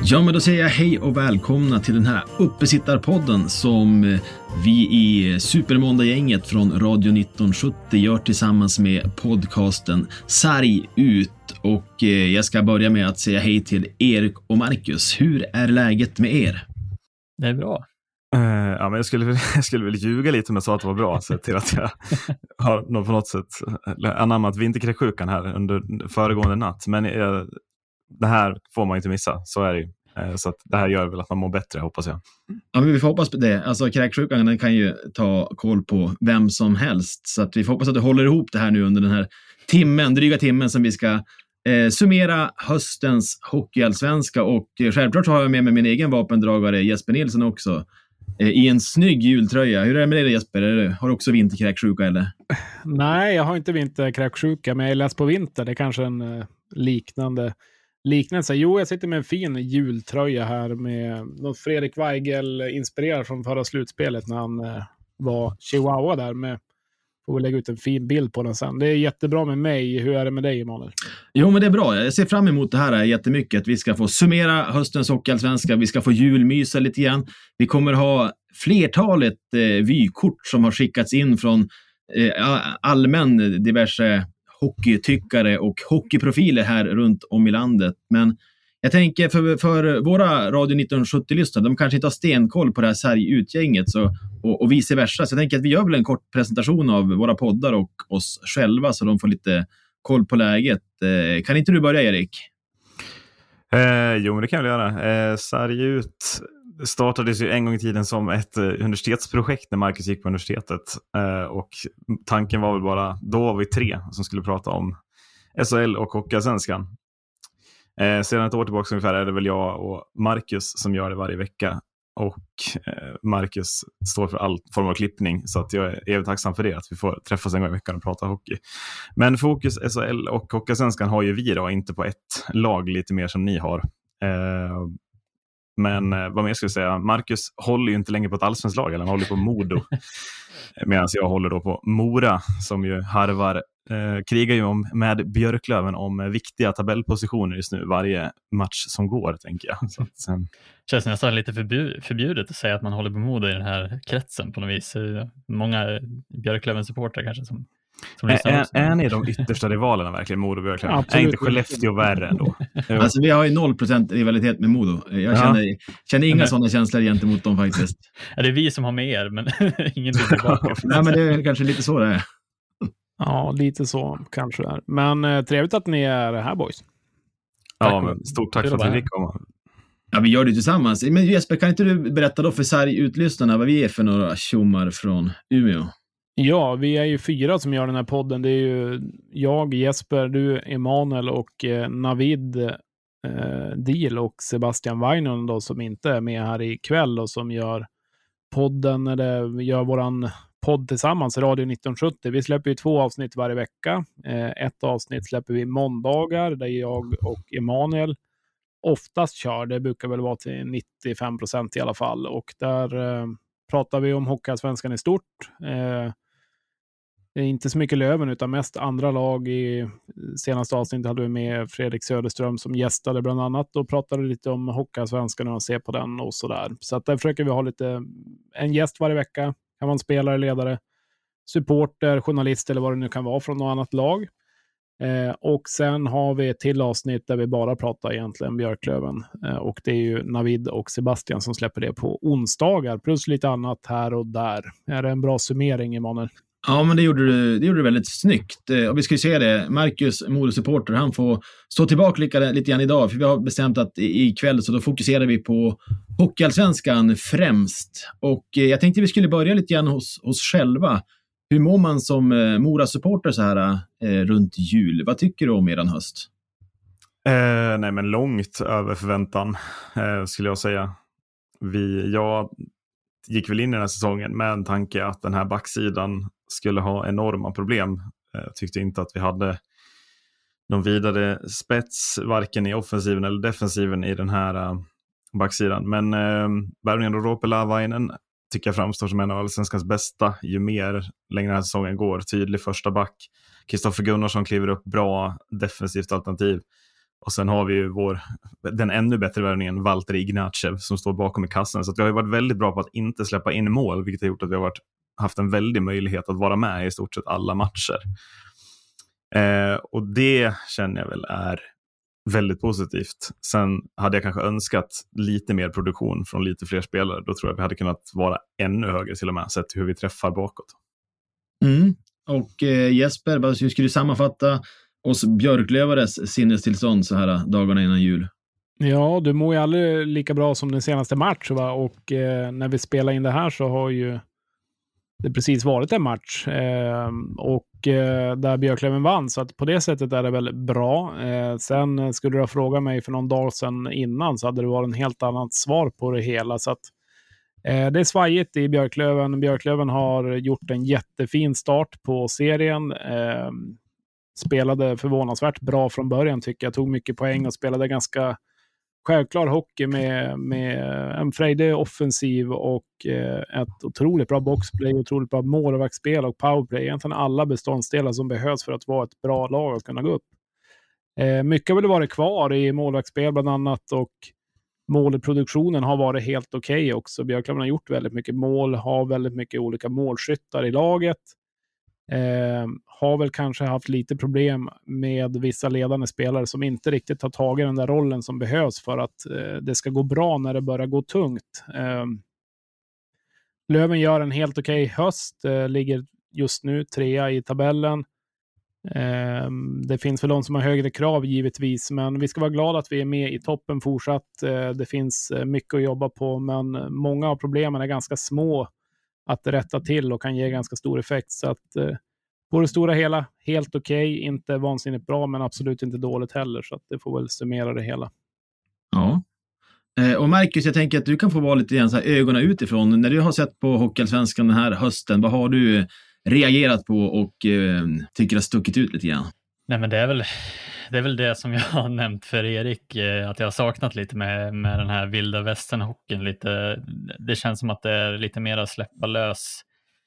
Ja, men då säger jag hej och välkomna till den här uppesittarpodden som vi i Supermåndag-gänget från Radio 1970 gör tillsammans med podcasten Sarg ut. Och jag ska börja med att säga hej till Erik och Marcus. Hur är läget med er? Det är bra. Ja, men jag skulle väl ljuga lite om jag sa att det var bra, så till att jag har på något sätt anammat vinterkräksjukan här under föregående natt. Men det här får man inte missa, så är det ju. Så att det här gör väl att man mår bättre, hoppas jag. Ja, men vi får hoppas på det. Alltså kräksjukan, den kan ju ta koll på vem som helst. Så att vi får hoppas att det håller ihop det här nu under den här dryga timmen som vi ska summera höstens hockeyallsvenska. Och självklart så har jag med mig min egen vapendragare Jesper Nilsson också. I en snygg jultröja. Hur är det med dig, Jesper? Har du också vinterkräksjuka eller? Nej, jag har inte vinterkräksjuka, men jag är läst på vinter. Det är kanske en liknelse. Jo, jag sitter med en fin jultröja här med något Fredrik Weigel inspirerad från förra slutspelet när han var Chihuahua där med. Får vi lägga ut en fin bild på den sen. Det är jättebra med mig. Hur är det med dig, Emanuel? Jo, men det är bra. Jag ser fram emot det här jättemycket. Att vi ska få summera höstens hockeyallsvenska. Vi ska få julmysa lite grann. Vi kommer ha flertalet vykort som har skickats in från allmän diverse hockeytyckare och hockeyprofiler här runt om i landet. Men jag tänker för våra Radio 1970-lyssnare, de kanske inte har stenkoll på det här Sarg-utgänget och vice versa. Så jag tänker att vi gör väl en kort presentation av våra poddar och oss själva så de får lite koll på läget. Kan inte du börja, Erik? Jo, men det kan jag göra. Sarg ut startades ju en gång i tiden som ett universitetsprojekt när Marcus gick på universitetet. Och tanken var väl bara, då var vi 3 som skulle prata om SHL och Hockeyallsvenskan. Sedan ett år tillbaka ungefär är det väl jag och Marcus som gör det varje vecka. Och Marcus står för all form av klippning, så att jag är evigt tacksam för det, att vi får träffas en gång i veckan och prata hockey. Men fokus SHL och Hockeyallsvenskan har ju vi då, inte på ett lag lite mer som ni har. Men vad mer ska jag säga, Marcus håller ju inte längre på ett allsvenskt lag, eller han håller på Modo. Medan jag håller då på Mora, som ju harvar, krigar ju med Björklöven om viktiga tabellpositioner just nu varje match som går, tänker jag. Så att, känns nästan lite förbjudet att säga att man håller på Modo i den här kretsen på något vis. Många Björklöven-supportrar kanske som är ni de yttersta rivalerna verkligen, Modo och Björklöven? Absolut. Är inte Skellefteå värre ändå? Alltså vi har ju 0% rivalitet med Modo. Jag känner inga sådana känslor gentemot dem faktiskt. Ja, det är vi som har med er, men ingenting tillbaka. Nej, men det är kanske lite så det är. Ja, lite så kanske det är. Men trevligt att ni är här, boys. Ja, men stort tack för att vi fick komma. Ja, vi gör det tillsammans. Men Jesper, kan inte du berätta då för Sarg-utlyssnarna vad vi är för några tjommar från Umeå? Ja, vi är ju 4 som gör den här podden. Det är ju jag, Jesper, du, Emanuel och Navid Deal och Sebastian Weinen då, som inte är med här ikväll och som gör podden, eller gör våran podd tillsammans, Radio 1970. Vi släpper ju 2 avsnitt varje vecka. Ett avsnitt släpper vi måndagar där jag och Emanuel oftast kör. Det brukar väl vara till 95% i alla fall. Och där pratar vi om Hockeyallsvenskan i stort. Det är inte så mycket Löven utan mest andra lag. I senaste avsnittet hade vi med Fredrik Söderström som gästade bland annat och pratade lite om Hockeyallsvenskan och se på den och sådär. Så att där försöker vi ha en gäst varje vecka. Kan vara en spelare, ledare, supporter, journalist eller vad det nu kan vara från något annat lag. Och sen har vi ett till avsnitt där vi bara pratar egentligen Björklöven. Och det är ju Navid och Sebastian som släpper det på onsdagar. Plus lite annat här och där. Är det en bra summering, Emanuel? Ja, men det gjorde du väldigt snyggt. Och vi ska ju se det. Marcus, Modo-supporter, han får stå tillbaka lite grann idag. För vi har bestämt att ikväll så då fokuserar vi på Hockeyallsvenskan främst. Och jag tänkte vi skulle börja lite grann hos själva. Hur mår man som Mora-supporter så här runt jul? Vad tycker du om eran höst? Nej, men långt över förväntan skulle jag säga. Jag gick väl in i den här säsongen med en tanke att den här backsidan skulle ha enorma problem. Jag tyckte inte att vi hade någon vidare spets varken i offensiven eller defensiven i den här backsidan. Men Bergen och Ropelavainen tycker jag framstår som en av allsvenskans bästa ju mer längre den här säsongen går. Tydlig första back. Kristoffer Gunnarsson kliver upp, bra defensivt alternativ. Och sen har vi ju den ännu bättre värvningen Valtteri Ignatjev som står bakom i kassen. Så att vi har ju varit väldigt bra på att inte släppa in mål, vilket har gjort att vi har haft en väldig möjlighet att vara med i stort sett alla matcher. Och det känner jag väl är väldigt positivt. Sen hade jag kanske önskat lite mer produktion från lite fler spelare. Då tror jag vi hade kunnat vara ännu högre till och med, sett hur vi träffar bakåt. Och Jesper, hur skulle du sammanfatta oss Björklövares sinnestillstånd så här dagarna innan jul? Ja, du mår ju aldrig lika bra som den senaste matchen, va? Och när vi spelar in det här så har ju det precis varit en match där Björklöven vann, så att på det sättet är det väl bra. Sen skulle du ha frågat mig för någon dag sedan innan, så hade det varit en helt annat svar på det hela. Så att det är svajigt i Björklöven. Björklöven har gjort en jättefin start på serien. Spelade förvånansvärt bra från början, tycker jag. Tog mycket poäng och spelade ganska självklar hockey med en frejdig offensiv och ett otroligt bra boxplay, otroligt bra målvaktsspel och powerplay. Egentligen alla beståndsdelar som behövs för att vara ett bra lag och kunna gå upp. Mycket har väl varit kvar i målvaktsspel bland annat, och målproduktionen har varit helt okej också. Björklöven har gjort väldigt mycket mål, har väldigt mycket olika målskyttar i laget. Har väl kanske haft lite problem med vissa ledande spelare som inte riktigt har tagit den där rollen som behövs för att det ska gå bra när det börjar gå tungt. Löven gör en helt okej höst, ligger just nu 3 i tabellen. Det finns väl de som har högre krav givetvis, men vi ska vara glada att vi är med i toppen fortsatt. Det finns mycket att jobba på, men många av problemen är ganska små att rätta till och kan ge ganska stor effekt. Så att på det stora hela, helt okej. Inte vansinnigt bra, men absolut inte dåligt heller. Så att det får väl summera det hela. Ja. Och Marcus, jag tänker att du kan få vara lite grann så här ögonen utifrån. När du har sett på Hockeyallsvenskan den här hösten, vad har du reagerat på och tycker har stuckit ut lite grann? Nej, men det är väl det som jag har nämnt för Erik, att jag har saknat lite med den här vilda västern-hockeyn lite. Det känns som att det är lite mer att släppa lös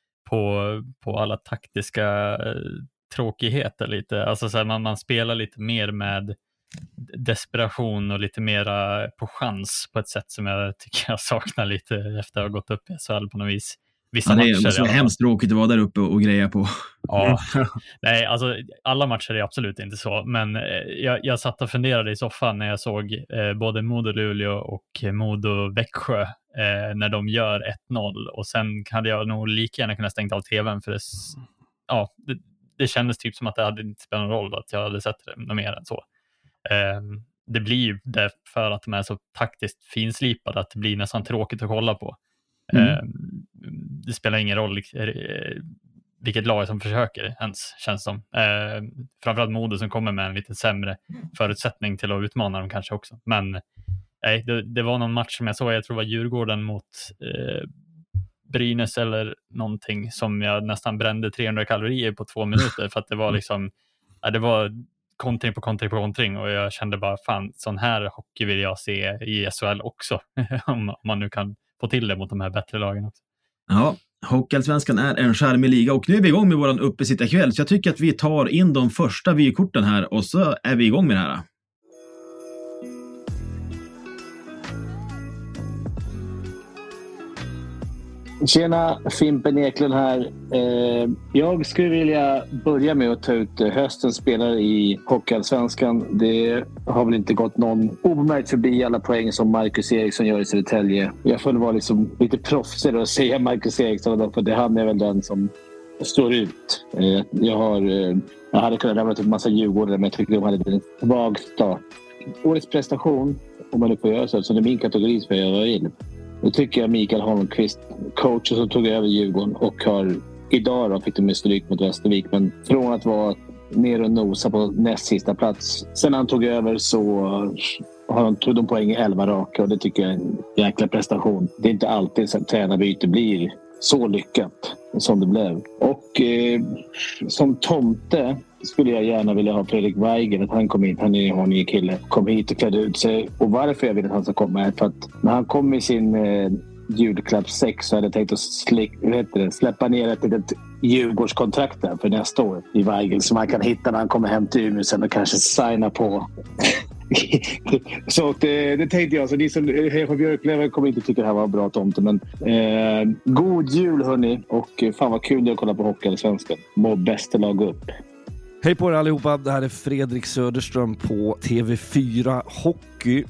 på alla taktiska tråkigheter lite. Alltså så här, man spelar lite mer med desperation och lite mera på chans på ett sätt som jag tycker jag saknar lite efter att ha gått upp i SHL på något vis. Vissa matcher, det måste vara hemskt tråkigt att vara där uppe och greja på. Ja, nej, alltså alla matcher är absolut inte så, men jag satt och funderade i soffan när jag såg både Modo-Luleå och Modo-Växjö när de gör 1-0, och sen hade jag nog lika gärna kunnat stängt av tvn, för det kändes typ som att det hade inte spelat någon roll att jag hade sett det något mer än så. Det blir ju därför att de är så taktiskt finslipade att det blir nästan tråkigt att kolla på. Det spelar ingen roll vilket lag som försöker ens, känns som. Framförallt Modo som kommer med en lite sämre förutsättning till att utmana dem kanske också. Men nej, det var någon match som jag såg, jag tror det var Djurgården mot Brynäs eller någonting, som jag nästan brände 300 kalorier på 2 minuter, för att det var liksom, det var kontring på kontring på kontring, och jag kände bara, fan, sån här hockey vill jag se i SHL också. om man nu kan få till det mot de här bättre lagen också. Ja, Hockeyallsvenskan är en charmig liga, och nu är vi igång med våran uppesittarkväll, så jag tycker att vi tar in de första vykorten här och så är vi igång med det här. Tjena, Fimpen Eklund här. Jag skulle vilja börja med att ta ut höstens spelare i Hockeyallsvenskan. Det har väl inte gått någon obemärkt förbi alla poäng som Marcus Eriksson gör i Södertälje. Jag får vara liksom lite proffsig och säga Marcus Eriksson, för det han är väl den som står ut. Jag hade kunnat lämna en massa Djurgårdare, men jag tycker de hade en svag start. Årets prestation, om man nu får göra så det är min kategori för jag var in. Då tycker jag Mikael Holmqvist, coachen som tog över Djurgården och idag då fick de med stryk mot Västervik, men från att vara ner och nosa på näst sista plats. Sen han tog över så tog de poäng i 11 raka, och det tycker jag är en jäkla prestation. Det är inte alltid så att tränarbyte blir så lyckat som det blev. Och som tomte skulle jag gärna vilja ha Fredrik Weigel, att han kom hit. Han är en ny kille. Kom hit och klädde ut sig. Och varför jag vill att han ska komma är för att när han kom i sin julklapp 6 så hade jag tänkt att släppa ner ett litet Djurgårdskontrakt där för nästa år i Weigel, som han kan hitta när han kommer hem till Umeå sen och kanske signa på Så det tänkte jag. Så ni som hejar på Björklöven kommer inte tycka det här var bra tomte. Men god jul hörni. Och fan vad kul det är att kolla på Hockeyallsvenskan. Må bästa lag upp. Hej på er allihopa, det här är Fredrik Söderström på TV4 Hockey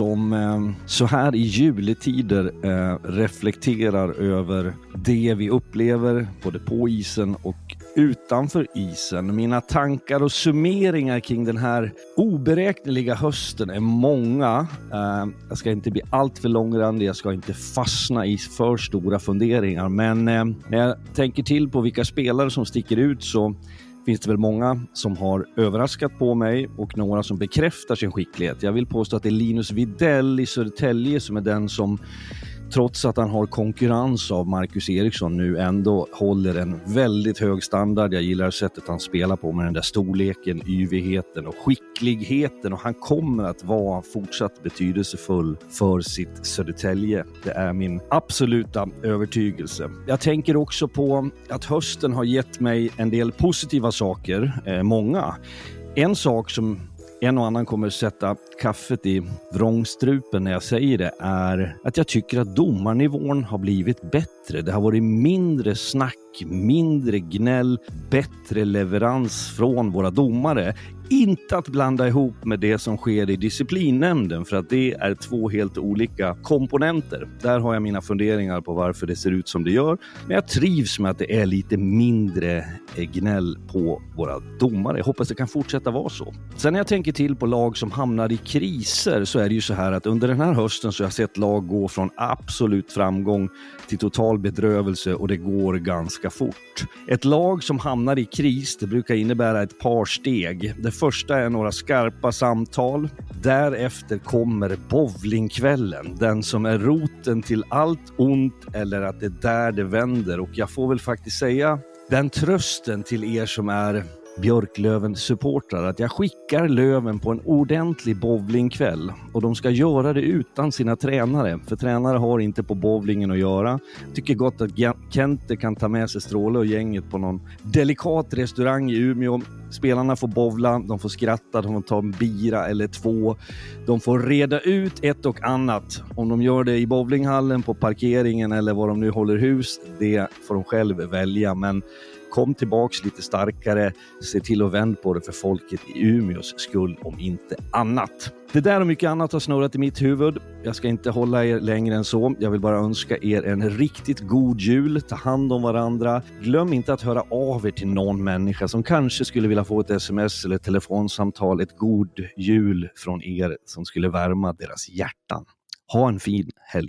som så här i juletider reflekterar över det vi upplever både på isen och utanför isen. Mina tankar och summeringar kring den här oberäkneliga hösten är många. Jag ska inte bli allt för långrandig, jag ska inte fastna i för stora funderingar. Men när jag tänker till på vilka spelare som sticker ut så finns det väl många som har överraskat på mig och några som bekräftar sin skicklighet. Jag vill påstå att det är Linus Widell i Södertälje som är den som, trots att han har konkurrens av Marcus Eriksson nu, ändå håller en väldigt hög standard. Jag gillar sättet han spelar på med den där storleken, yvigheten och skickligheten, och han kommer att vara fortsatt betydelsefull för sitt Södertälje. Det är min absoluta övertygelse. Jag tänker också på att hösten har gett mig en del positiva saker, många. En sak som en och annan kommer sätta kaffet i vrångstrupen när jag säger det är att jag tycker att domarnivån har blivit bättre. Det har varit mindre snack, mindre gnäll, bättre leverans från våra domare. Inte att blanda ihop med det som sker i disciplinnämnden, för att det är två helt olika komponenter. Där har jag mina funderingar på varför det ser ut som det gör. Men jag trivs med att det är lite mindre gnäll på våra domare. Jag hoppas det kan fortsätta vara så. Sen när jag tänker till på lag som hamnar i kriser så är det ju så här att under den här hösten så har jag sett lag gå från absolut framgång till total bedrövelse, och det går ganska fort. Ett lag som hamnar i kris, det brukar innebära ett par steg. Det första är några skarpa samtal. Därefter kommer bowlingkvällen. Den som är roten till allt ont, eller att det är där det vänder. Och jag får väl faktiskt säga den trösten till er som är Björklöven-supportrar att jag skickar Löven på en ordentlig bowlingkväll, och de ska göra det utan sina tränare, för tränare har inte på bowlingen att göra. Tycker gott att Kente kan ta med sig Stråle och gänget på någon delikat restaurang i Umeå. Spelarna får bowla, de får skratta, de får ta en bira eller två. De får reda ut ett och annat. Om de gör det i bowlinghallen, på parkeringen eller vad de nu håller hus, det får de själv välja. Men kom tillbaks lite starkare, se till att vända på det för folket i Umeås skull om inte annat. Det där och mycket annat har snurrat i mitt huvud. Jag ska inte hålla er längre än så. Jag vill bara önska er en riktigt god jul. Ta hand om varandra. Glöm inte att höra av er till någon människa som kanske skulle vilja få ett sms eller ett telefonsamtal. Ett god jul från er som skulle värma deras hjärtan. Ha en fin helg.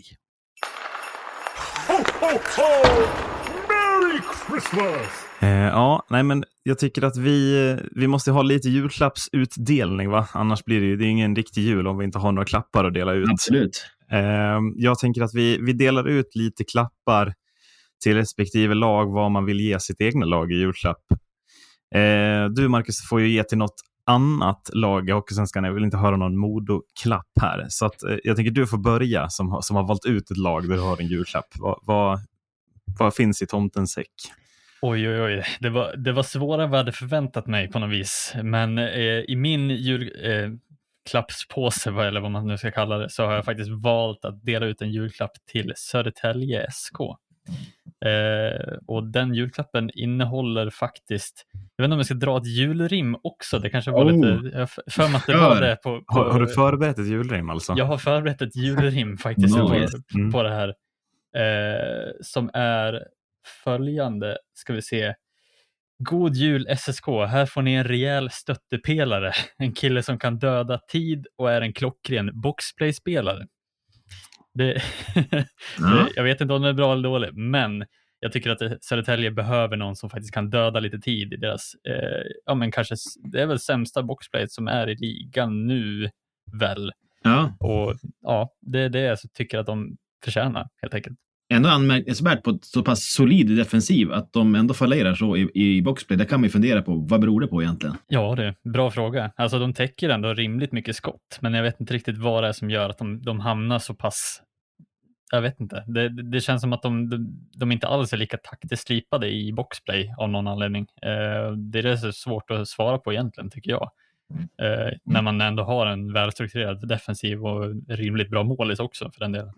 Ho, ho, ho! Merry Christmas! Men jag tycker att vi måste ha lite julklappsutdelning, va? Annars blir det är ingen riktig jul om vi inte har några klappar att dela ut. Absolut. Jag tänker att vi delar ut lite klappar till respektive lag, vad man vill ge sitt egna lag i julklapp. Du Marcus får ju ge till något annat lag i Hockeysvenskan. Jag vill inte höra någon Modo-klapp här. Så att, jag tänker du får börja som har valt ut ett lag där du har en julklapp. Vad finns i tomtens säck? Oj. Det var svårare än vad jag hade förväntat mig på något vis. Men i min julklappspåse, eller vad man nu ska kalla det, så har jag faktiskt valt att dela ut en julklapp till Södertälje SK. Och den julklappen innehåller faktiskt, jag vet inte om jag ska dra ett julrim också. Det kanske var lite, jag för mig att det var det på har du förberett ett julrim alltså? Jag har förberett ett julrim faktiskt på det här. Som är följande, ska vi se. God jul SSK, här får ni en rejäl stöttepelare. En kille som kan döda tid och är en klockren boxplay-spelare. Jag vet inte om det är bra eller dåligt, men jag tycker att Södertälje behöver någon som faktiskt kan döda lite tid i deras, men kanske det är väl sämsta boxplay som är i ligan nu väl. Ja. Och ja, det är det jag tycker att de förtjänar helt enkelt. Ändå anmärkningsvärt på så pass solid defensiv att de ändå fallerar så i boxplay. Där kan man ju fundera på, vad beror det på egentligen? Ja, det är en bra fråga. Alltså de täcker ändå rimligt mycket skott, men jag vet inte riktigt vad det är som gör att de hamnar så pass. Jag vet inte. Det känns som att de inte alls är lika taktiskt stripade i boxplay av någon anledning. Det är så svårt att svara på egentligen, tycker jag. När man ändå har en välstrukturerad defensiv och rimligt bra målis också för den delen.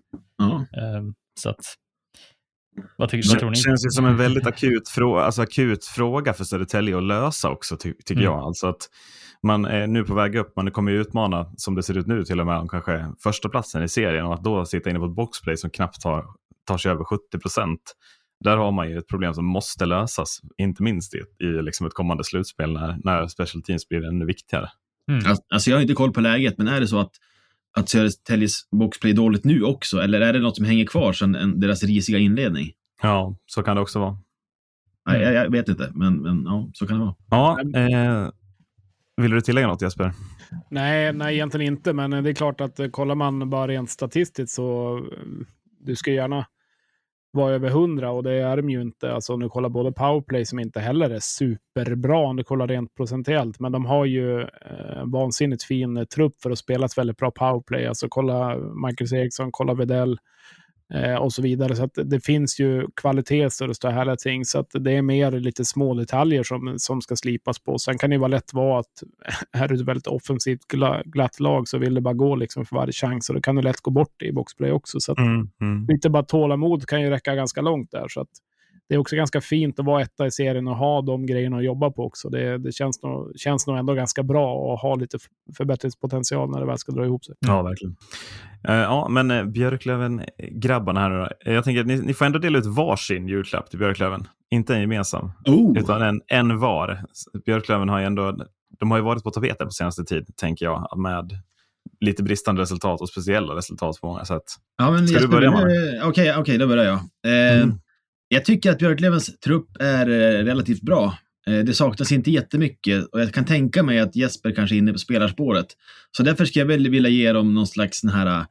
Så att, vad tror ni? Det känns ju som en väldigt akut fråga för Södertälje att lösa också, tycker jag. Alltså att man är nu på väg upp, man kommer ju utmana, som det ser ut nu, till och med om kanske första platsen i serien, och att då sitta inne på ett boxplay som knappt tar sig över 70%. Där har man ju ett problem som måste lösas, inte minst i liksom ett kommande slutspel när special teams blir ännu viktigare. Alltså jag har inte koll på läget, men är det så att Södertäljes boxplay är dåligt nu också, eller är det något som hänger kvar sedan deras risiga inledning? Ja, så kan det också vara. Jag vet inte, men ja, så kan det vara. Ja, vill du tillägga något, Jesper? Nej, egentligen inte, men det är klart att kollar man bara rent statistiskt så du ska gärna vara över 100, och det är de ju inte. Alltså om du kollar både powerplay, som inte heller är superbra om du kollar rent procentuellt, men de har ju vansinnigt fin trupp för att spela ett väldigt bra powerplay. Alltså kolla Marcus Eriksson, kolla Vedell och så vidare. Så att det finns ju kvalitetsstörre och hela ting, så att det är mer lite små detaljer som ska slipas på. Sen kan det ju vara lätt vara att är du ett väldigt offensivt glatt lag så vill det bara gå liksom för varje chans, och då kan du lätt gå bort i boxplay också. Så att lite bara tålamod kan ju räcka ganska långt där, så att det är också ganska fint att vara etta i serien och ha de grejerna att jobba på också. Det känns nog ändå ganska bra att ha lite förbättringspotential när det väl ska dra ihop sig. Ja, verkligen. Ja, men Björklöven-grabbarna här nu då. Jag tänker att ni får ändå dela ut varsin julklapp till Björklöven. Inte en gemensam, utan en var. Björklöven har ju ändå, de har ju varit på tapeten på senaste tid, tänker jag, med lite bristande resultat och speciella resultat på många sätt. Ja, men ska du börja med? Okej, då börjar jag. Jag tycker att Björklövens trupp är relativt bra. Det saknas inte jättemycket, och jag kan tänka mig att Jesper kanske är inne på spelarspåret. Så därför ska jag väl vilja ge dem någon slags sån här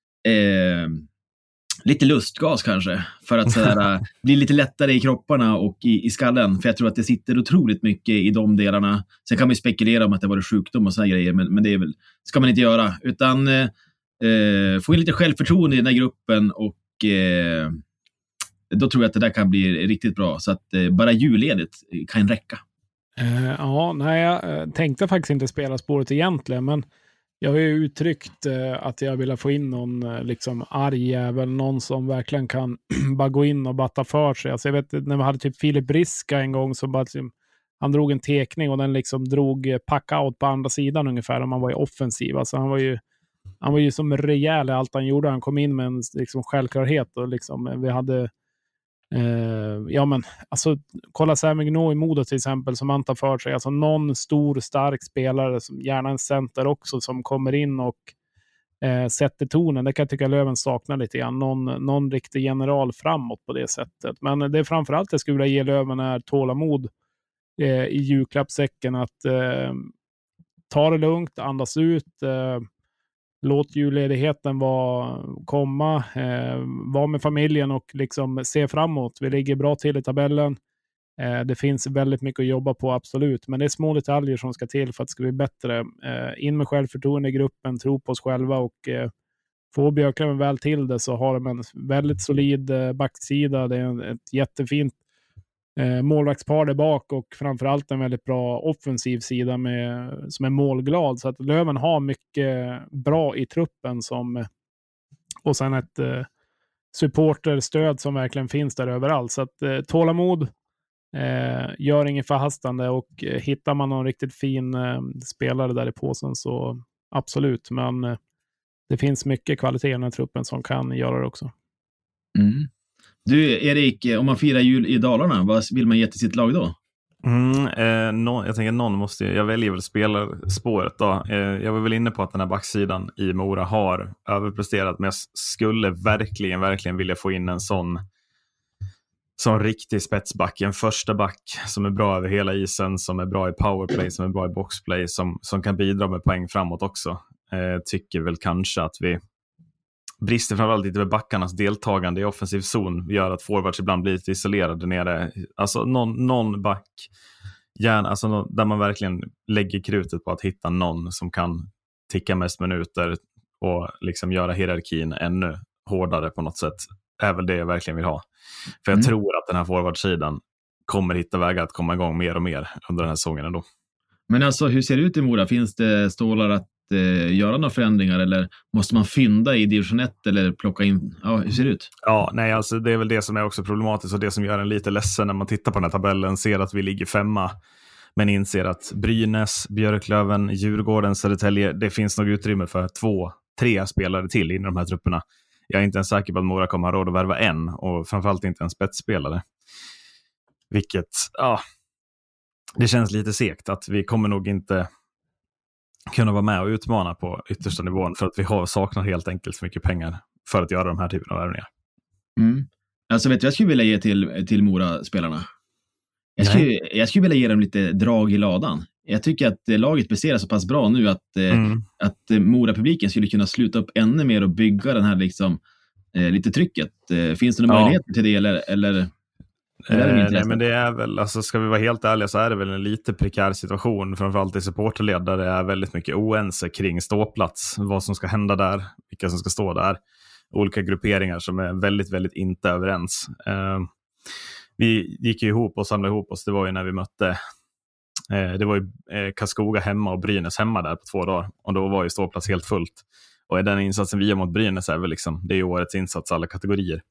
lite lustgas kanske, för att sådär, bli lite lättare i kropparna och i skallen. För jag tror att det sitter otroligt mycket i de delarna. Sen kan man ju spekulera om att det var sjukdom och såna grejer, men det är väl, ska man inte göra. Utan få in lite självförtroende i den här gruppen, och då tror jag att det där kan bli riktigt bra. Så att bara julledigt kan räcka. Jag tänkte faktiskt inte spela spåret egentligen, men jag har ju uttryckt att jag vill få in någon liksom arg jävel, någon som verkligen kan bara gå in och batta för sig. Alltså jag vet, när vi hade typ Filip Briska en gång, så bara han drog en tekning och den liksom drog pack-out på andra sidan ungefär, om han var i offensiv. Alltså han var ju som rejäl i allt han gjorde. Han kom in med en liksom självklarhet, och liksom vi hade kolla Sämigno i Modo till exempel, som han tar för sig. Alltså någon stor stark spelare, som gärna en center också, som kommer in och sätter tonen. Det kan jag tycka Löven saknar lite grann. Någon riktig general framåt på det sättet. Men det är framförallt jag skulle vilja ge Löven är tålamod i julklappssäcken, att ta det lugnt, andas ut, låt julledigheten komma, vara med familjen och liksom se framåt. Vi ligger bra till i tabellen. Det finns väldigt mycket att jobba på, absolut. Men det är små detaljer som ska till för att det ska bli bättre. In med självförtroende i gruppen, tro på oss själva, och få Björklöven väl till det, så har de en väldigt solid backsida. Det är ett jättefint målvaktspar där bak, och framförallt en väldigt bra offensiv sida som är målglad. Så att Löven har mycket bra i truppen, och sen ett supporterstöd som verkligen finns där överallt. Så att tålamod, gör ingen förhastande, och hittar man någon riktigt fin spelare där i påsen, så absolut. Men det finns mycket kvalitet i den här truppen som kan göra det också. Du, Erik, om man firar jul i Dalarna, vad vill man ge till sitt lag då? Jag tänker någon måste, jag väljer väl spelarspåret då. Jag var väl inne på att den här backsidan i Mora har överpresterat, men jag skulle verkligen vilja få in en sån riktig spetsback, en första back som är bra över hela isen, som är bra i powerplay, som är bra i boxplay, som kan bidra med poäng framåt också. Tycker väl kanske att vi brister framförallt lite med backarnas deltagande i offensiv zon, gör att forwards ibland blir lite isolerade nere. Alltså någon back, gärna, alltså där man verkligen lägger krutet på att hitta någon som kan ticka mest minuter och liksom göra hierarkin ännu hårdare på något sätt. Är väl det jag verkligen vill ha. För jag tror att den här forwardsidan kommer hitta vägar att komma igång mer och mer under den här säsongen ändå. Men alltså, hur ser det ut i Mora? Finns det stålar att göra några förändringar eller måste man fynda i division 1 eller plocka in? Ja, hur ser det ut? Ja, nej, alltså det är väl det som är också problematiskt och det som gör en lite ledsen när man tittar på den här tabellen, ser att vi ligger 5:a, men inser att Brynäs, Björklöven, Djurgården, Södertälje, det finns nog utrymme för 2-3 spelare till inom de här trupperna. Jag är inte ens säker på att Mora kommer ha råd att värva en och framförallt inte en spetsspelare. Vilket, ja, det känns lite segt att vi kommer nog inte kunna vara med och utmana på yttersta nivån för att vi saknar helt enkelt för mycket pengar för att göra de här typen av värvningar. Alltså vet du, jag skulle vilja ge till Mora-spelarna. Jag skulle vilja ge dem lite drag i ladan. Jag tycker att laget presterar så pass bra nu att Mora-publiken skulle kunna sluta upp ännu mer och bygga den här liksom, lite trycket. Finns det några möjligheter till det eller nej, men det är väl, alltså ska vi vara helt ärliga så är det väl en lite prekär situation, framförallt i supporterled där det är väldigt mycket oense kring ståplats, vad som ska hända där, vilka som ska stå där, olika grupperingar som är väldigt, väldigt inte överens. Vi gick ju ihop och samlade ihop oss, det var ju när vi mötte det var ju Karlskoga hemma och Brynäs hemma där på 2 dagar och då var ju ståplats helt fullt och den insatsen vi gör mot Brynäs är väl liksom, det är ju årets insats alla kategorier.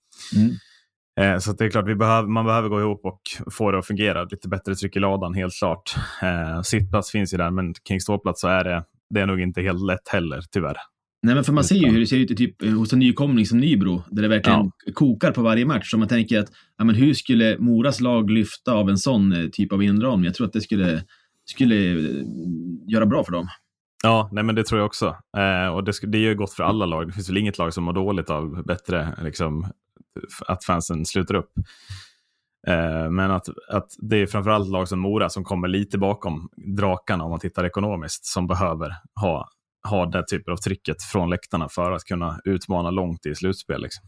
Så det är klart man behöver gå ihop och få det att fungera. Lite bättre tryck i ladan, helt klart. Sittplats finns ju där, men kring ståplats så är det är nog inte helt lätt heller, tyvärr. Nej, men för man ser ju hur det ser ut typ hos en nykomling som Nybro, där det verkligen kokar på varje match. Så man tänker att men hur skulle Moras lag lyfta av en sån typ av inramning? Jag tror att det skulle göra bra för dem. Ja, nej, men det tror jag också. Och det är ju gott för alla lag. Det finns väl inget lag som mår dåligt av bättre liksom, att fansen sluter upp. Men att det är framförallt lag som Mora som kommer lite bakom drakarna om man tittar ekonomiskt, som behöver ha det typen av trycket från läktarna för att kunna utmana långt i slutspel liksom.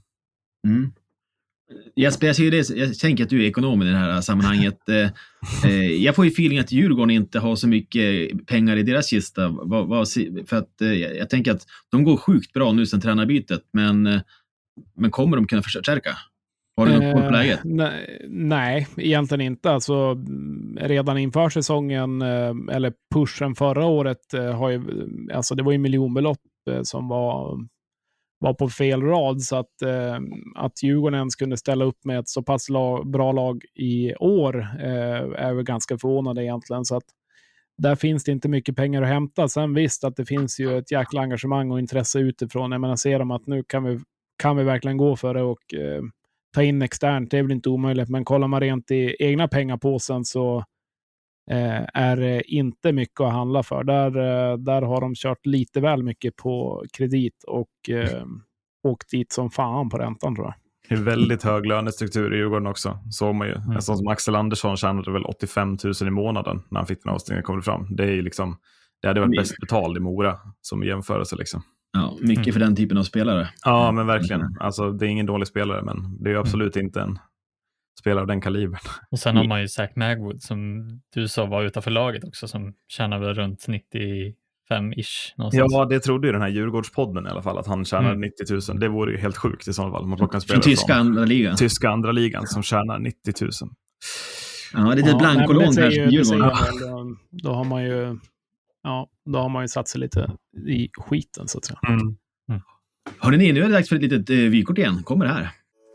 Jag tänker att du är ekonom i det här sammanhanget. Jag får ju feeling att Djurgården inte har så mycket pengar i deras kista. För att jag tänker att de går sjukt bra nu sedan tränarbytet, men kommer de kunna förstärka? Har du något på läget? Nej, egentligen inte. Alltså, redan inför säsongen eller pushen förra året alltså det var ju miljonbelopp som var på fel rad, så att Djurgården ens kunde ställa upp med ett så pass bra lag i år är väl ganska förvånande egentligen, så att där finns det inte mycket pengar att hämta. Sen visst att det finns ju ett jäkla engagemang och intresse utifrån. Jag menar, ser de att nu kan vi verkligen gå för det och ta in externt, det är väl inte omöjligt, men kollar man rent i egna pengar på sen så är det inte mycket att handla för. Där har de kört lite väl mycket på kredit och åkt dit som fan på räntan, tror jag. Det är väldigt hög lönestruktur i Djurgården också. Såg man ju. En sån som Axel Andersson tjänade väl 85 000 i månaden när han fick den avstängningen kom fram. Det är ju liksom, det hade varit bäst betalt i Mora som jämförelse liksom. Ja, mycket för den typen av spelare. Ja, men verkligen. Alltså, det är ingen dålig spelare, men det är absolut inte en spelare av den kalibern. Och sen har man ju Zach Magwood som du sa var utanför laget också, som tjänar väl runt 95-ish någonstans. Ja, det trodde ju den här Djurgårdspodden i alla fall, att han tjänar 90 000. Det vore ju helt sjukt i så fall. Man plockar en spelare från tyska andra ligan. Tyska andra ligan som tjänar 90 000. Ja, det är ett blankolån här. Djurgården. Då har man ju satt sig lite i skiten, så att säga. Hörrni ni, nu är det dags för ett litet vykort igen. Kommer det här.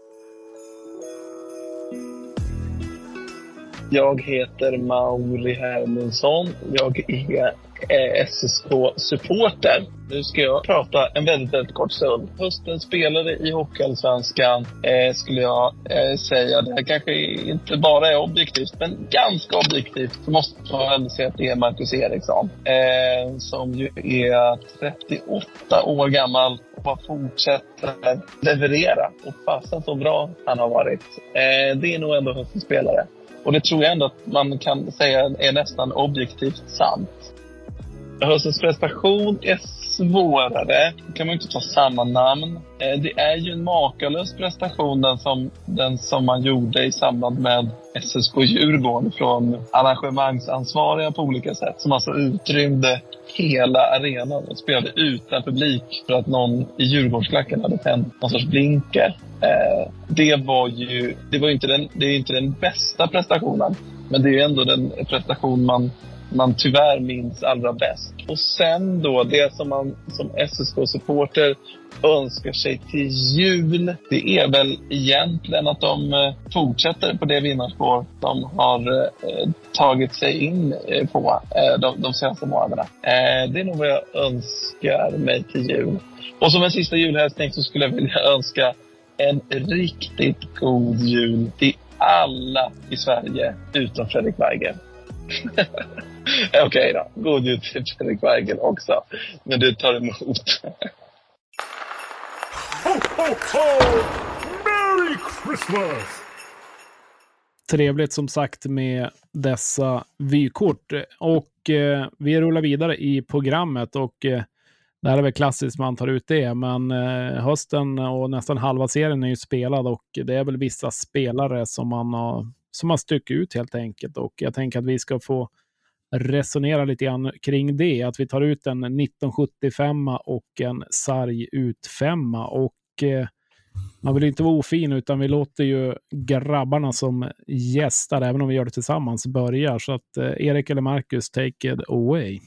Jag heter Mauri Hermansson. Jag är SSK-supporter. Nu ska jag prata en väldigt, väldigt kort stund. Höstens spelare i Hockeyallsvenskan skulle jag säga. Det här kanske inte bara är objektivt, men ganska objektivt. Så måste man ändå säga att det är Marcus Eriksson. Som ju är 38 år gammal och fortsätter leverera. Och fasen så bra han har varit. Det är nog ändå höstens spelare. Och det tror jag ändå att man kan säga är nästan objektivt sant. Höstens prestation är svårare. Då kan man inte ta samma namn. Det är ju en makalös prestation den som man gjorde i samband med SSK Djurgården från arrangemangsansvariga på olika sätt. Som alltså utrymde hela arenan och spelade utan publik för att någon i Djurgårdsklacken hade tänt någon sorts blinker. Det är inte den bästa prestationen. Men det är ju ändå den prestation man tyvärr minns allra bäst. Och sen då, det som man som SSK-supporter önskar sig till jul, det är väl egentligen att de fortsätter på det vinnarspår de har tagit sig in på de senaste månaderna. Det är nog vad jag önskar mig till jul. Och som en sista julhälsning så skulle jag vilja önska en riktigt god jul till alla i Sverige utom Fredrik Weigel. Okej då, god jul till Fredrik Weigel också. Men det tar emot. Ho, ho, ho! Merry Christmas! Trevligt som sagt med dessa vykort. Och vi rullar vidare i programmet och det här är väl klassiskt man tar ut det, men hösten och nästan halva serien är ju spelad och det är väl vissa spelare som har styckt ut helt enkelt, och jag tänker att vi ska få resonera lite grann kring det, att vi tar ut en 1975 och en sarg ut 5 och man vill inte vara ofin utan vi låter ju grabbarna som gästar, även om vi gör det tillsammans, börjar. Så att Erik eller Marcus, take it away.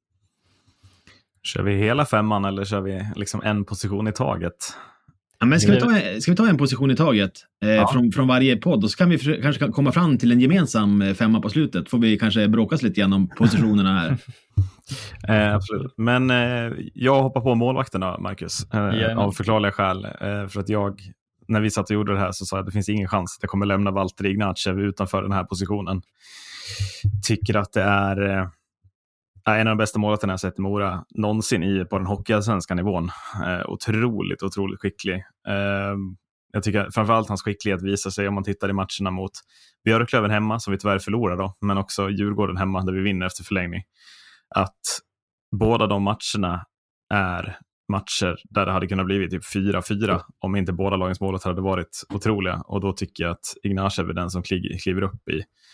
Kör vi hela 5 eller kör vi liksom en position i taget? Ja, men ska vi ta en position i taget från varje podd, och så kan vi kanske komma fram till en gemensam 5 på slutet. Får vi kanske bråkas lite grann om positionerna här. Absolut. Men jag hoppar på målvakterna, Marcus, av förklarliga skäl. För att när vi satt och gjorde det här så sa jag att det finns ingen chans att jag kommer lämna Valtteri Ignatjev utanför den här positionen. Tycker att det är en av de bästa målvakterna jag sett i Mora någonsin på den hockeyallsvenska nivån. Otroligt skicklig. Jag tycker framförallt hans skicklighet visar sig om man tittar i matcherna mot Björklöven hemma, som vi tyvärr förlorar då, men också Djurgården hemma där vi vinner efter förlängning. Att båda de matcherna är matcher där det hade kunnat bli typ 4-4 om inte båda lagens målvakter hade varit otroliga. Och då tycker jag att Ignatjev är den som kliver upp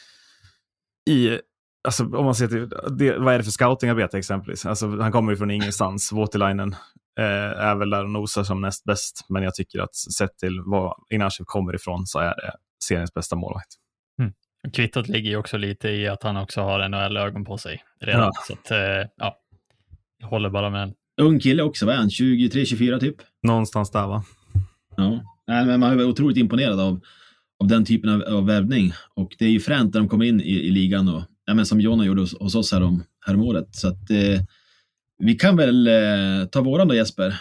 i alltså om man ser till vad är det för scoutingarbete exempelvis. Alltså han kommer ju från ingenstans. Voutilainen är väl där och nosar som näst bäst, men jag tycker att sett till var Ignatjev kommer ifrån så är det seriens bästa målvakt. Kvittot ligger ju också lite i att han också har NHL-ögon på sig redan. Ja. Så att, jag håller bara med en. Ung kille också, vad är han? 23-24 typ? Någonstans där, va? Ja, men man är otroligt imponerad av den typen av värvning. Och det är ju fränt när de kommer in i ligan och men som Jonna gjorde hos oss här om året. Så att vi kan väl ta våran då, Jesper?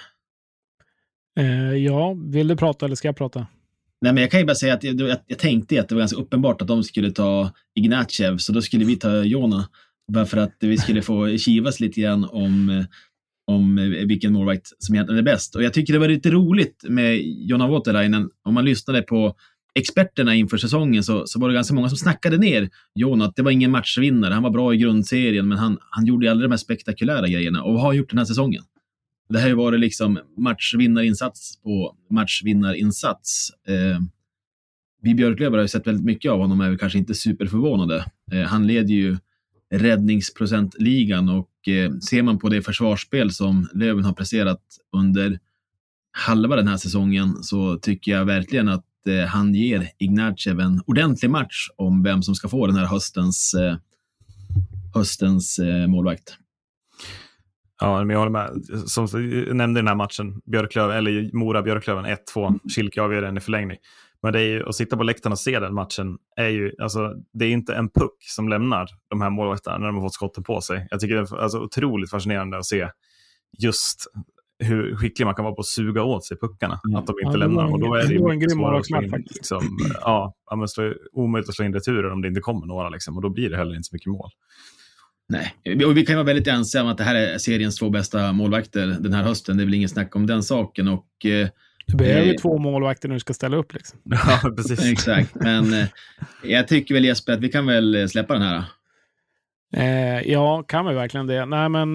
Ja, vill du prata eller ska jag prata? Nej, men jag kan ju bara säga att jag tänkte att det var ganska uppenbart att de skulle ta Ignatjev, så då skulle vi ta Jonna. Bara för att vi skulle få kivas lite grann om vilken målvakt som egentligen är bäst. Och jag tycker det var lite roligt med Jonna Voutilainen. Om man lyssnade på experterna inför säsongen så var det ganska många som snackade ner Jonna, att det var ingen matchvinnare. Han var bra i grundserien, men han gjorde aldrig de här spektakulära grejerna. Och vad har han gjort den här säsongen? Det här har ju varit liksom matchvinnarinsats på matchvinnarinsats. Vi Björklöver har ju sett väldigt mycket av honom, är kanske inte superförvånade. Han leder ju räddningsprocentligan och ser man på det försvarsspel som Löven har presterat under halva den här säsongen så tycker jag verkligen att han ger Ignatjev en ordentlig match om vem som ska få den här höstens målvakt. Ja, men jag håller med. Som jag nämnde den här matchen, Mora-Björklöven 1-2, Schilke avgör den i förlängning. Men det är ju, att sitta på läktaren och se den matchen är ju, alltså, det är inte en puck som lämnar de här målvakterna när de har fått skotten på sig. Jag tycker det är alltså otroligt fascinerande att se just hur skicklig man kan vara på att suga åt sig puckarna. Att de inte lämnar. Och då är det ju en grym målvaktsmatch faktiskt. Liksom, men det är omöjligt att slå in returer om det inte kommer några. Liksom, och då blir det heller inte så mycket mål. Nej, och vi kan vara väldigt ensamma att det här är seriens 2 bästa målvakter den här hösten. Det är väl ingen snack om den saken. Och du behöver ju 2 målvakter när du ska ställa upp liksom. Ja, precis. Exakt, men jag tycker väl, Jesper, att vi kan väl släppa den här. Ja, kan vi verkligen det? Nej, men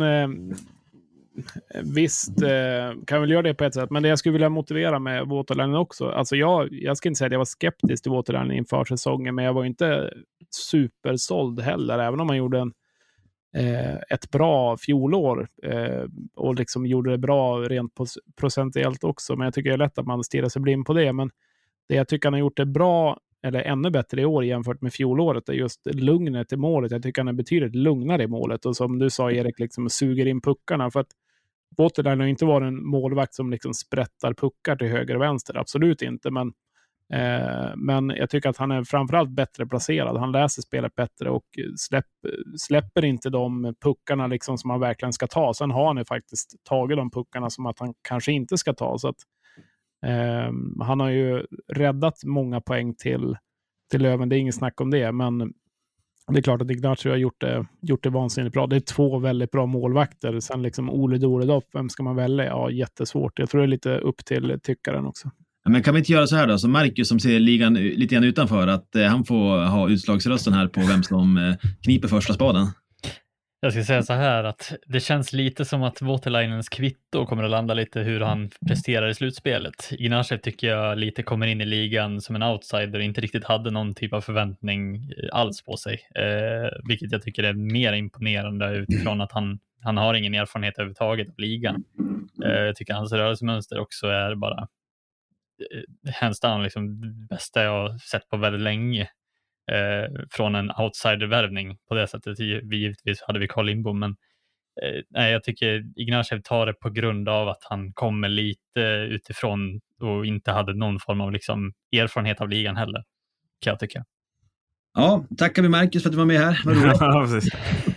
visst kan väl göra det på ett sätt. Men det jag skulle vilja motivera med Voutilainen också. Alltså jag ska inte säga att jag var skeptisk till Voutilainen inför säsongen, men jag var inte supersåld heller. Även om man gjorde ett bra fjolår och liksom gjorde det bra rent procentuellt också. Men jag tycker det är lätt att man stirrar sig blind på det. Men det jag tycker han har gjort det bra eller ännu bättre i år jämfört med fjolåret, är just lugnet i målet. Jag tycker han är betydligt lugnare i målet, och som du sa Erik, liksom suger in puckarna, för att Waterline har inte varit en målvakt som liksom sprättar puckar till höger och vänster, absolut inte, men jag tycker att han är framförallt bättre placerad. Han läser spelet bättre och släpper inte de puckarna liksom som han verkligen ska ta. Sen har han ju faktiskt tagit de puckarna som att han kanske inte ska ta, så att han har ju räddat många poäng till Löven, det är inget snack om det, men det är klart att Ignacio har gjort det vansinnigt bra. Det är 2 väldigt bra målvakter. Sen liksom Ole Doredov, vem ska man välja? Ja, jättesvårt. Jag tror det är lite upp till tyckaren också. Men kan vi inte göra så här då, som Marcus som ser ligan lite grann utanför, att han får ha utslagsrösten här på vem som kniper första spaden? Jag ska säga så här att det känns lite som att Waterlinens kvitto kommer att landa lite hur han presterar i slutspelet. Ignacio tycker jag lite kommer in i ligan som en outsider och inte riktigt hade någon typ av förväntning alls på sig. Vilket jag tycker är mer imponerande utifrån att han har ingen erfarenhet överhuvudtaget av ligan. Jag tycker hans rörelsemönster också är bara hands down liksom det bästa jag har sett på väldigt länge. Från en outsider-värvning på det sättet. Givetvis hade vi Carl Lindbom, men jag tycker Ignacio tar det på grund av att han kommer lite utifrån och inte hade någon form av liksom erfarenhet av ligan heller, kan jag tycka. Ja, tackar vi Marcus för att du var med här. Ja, precis.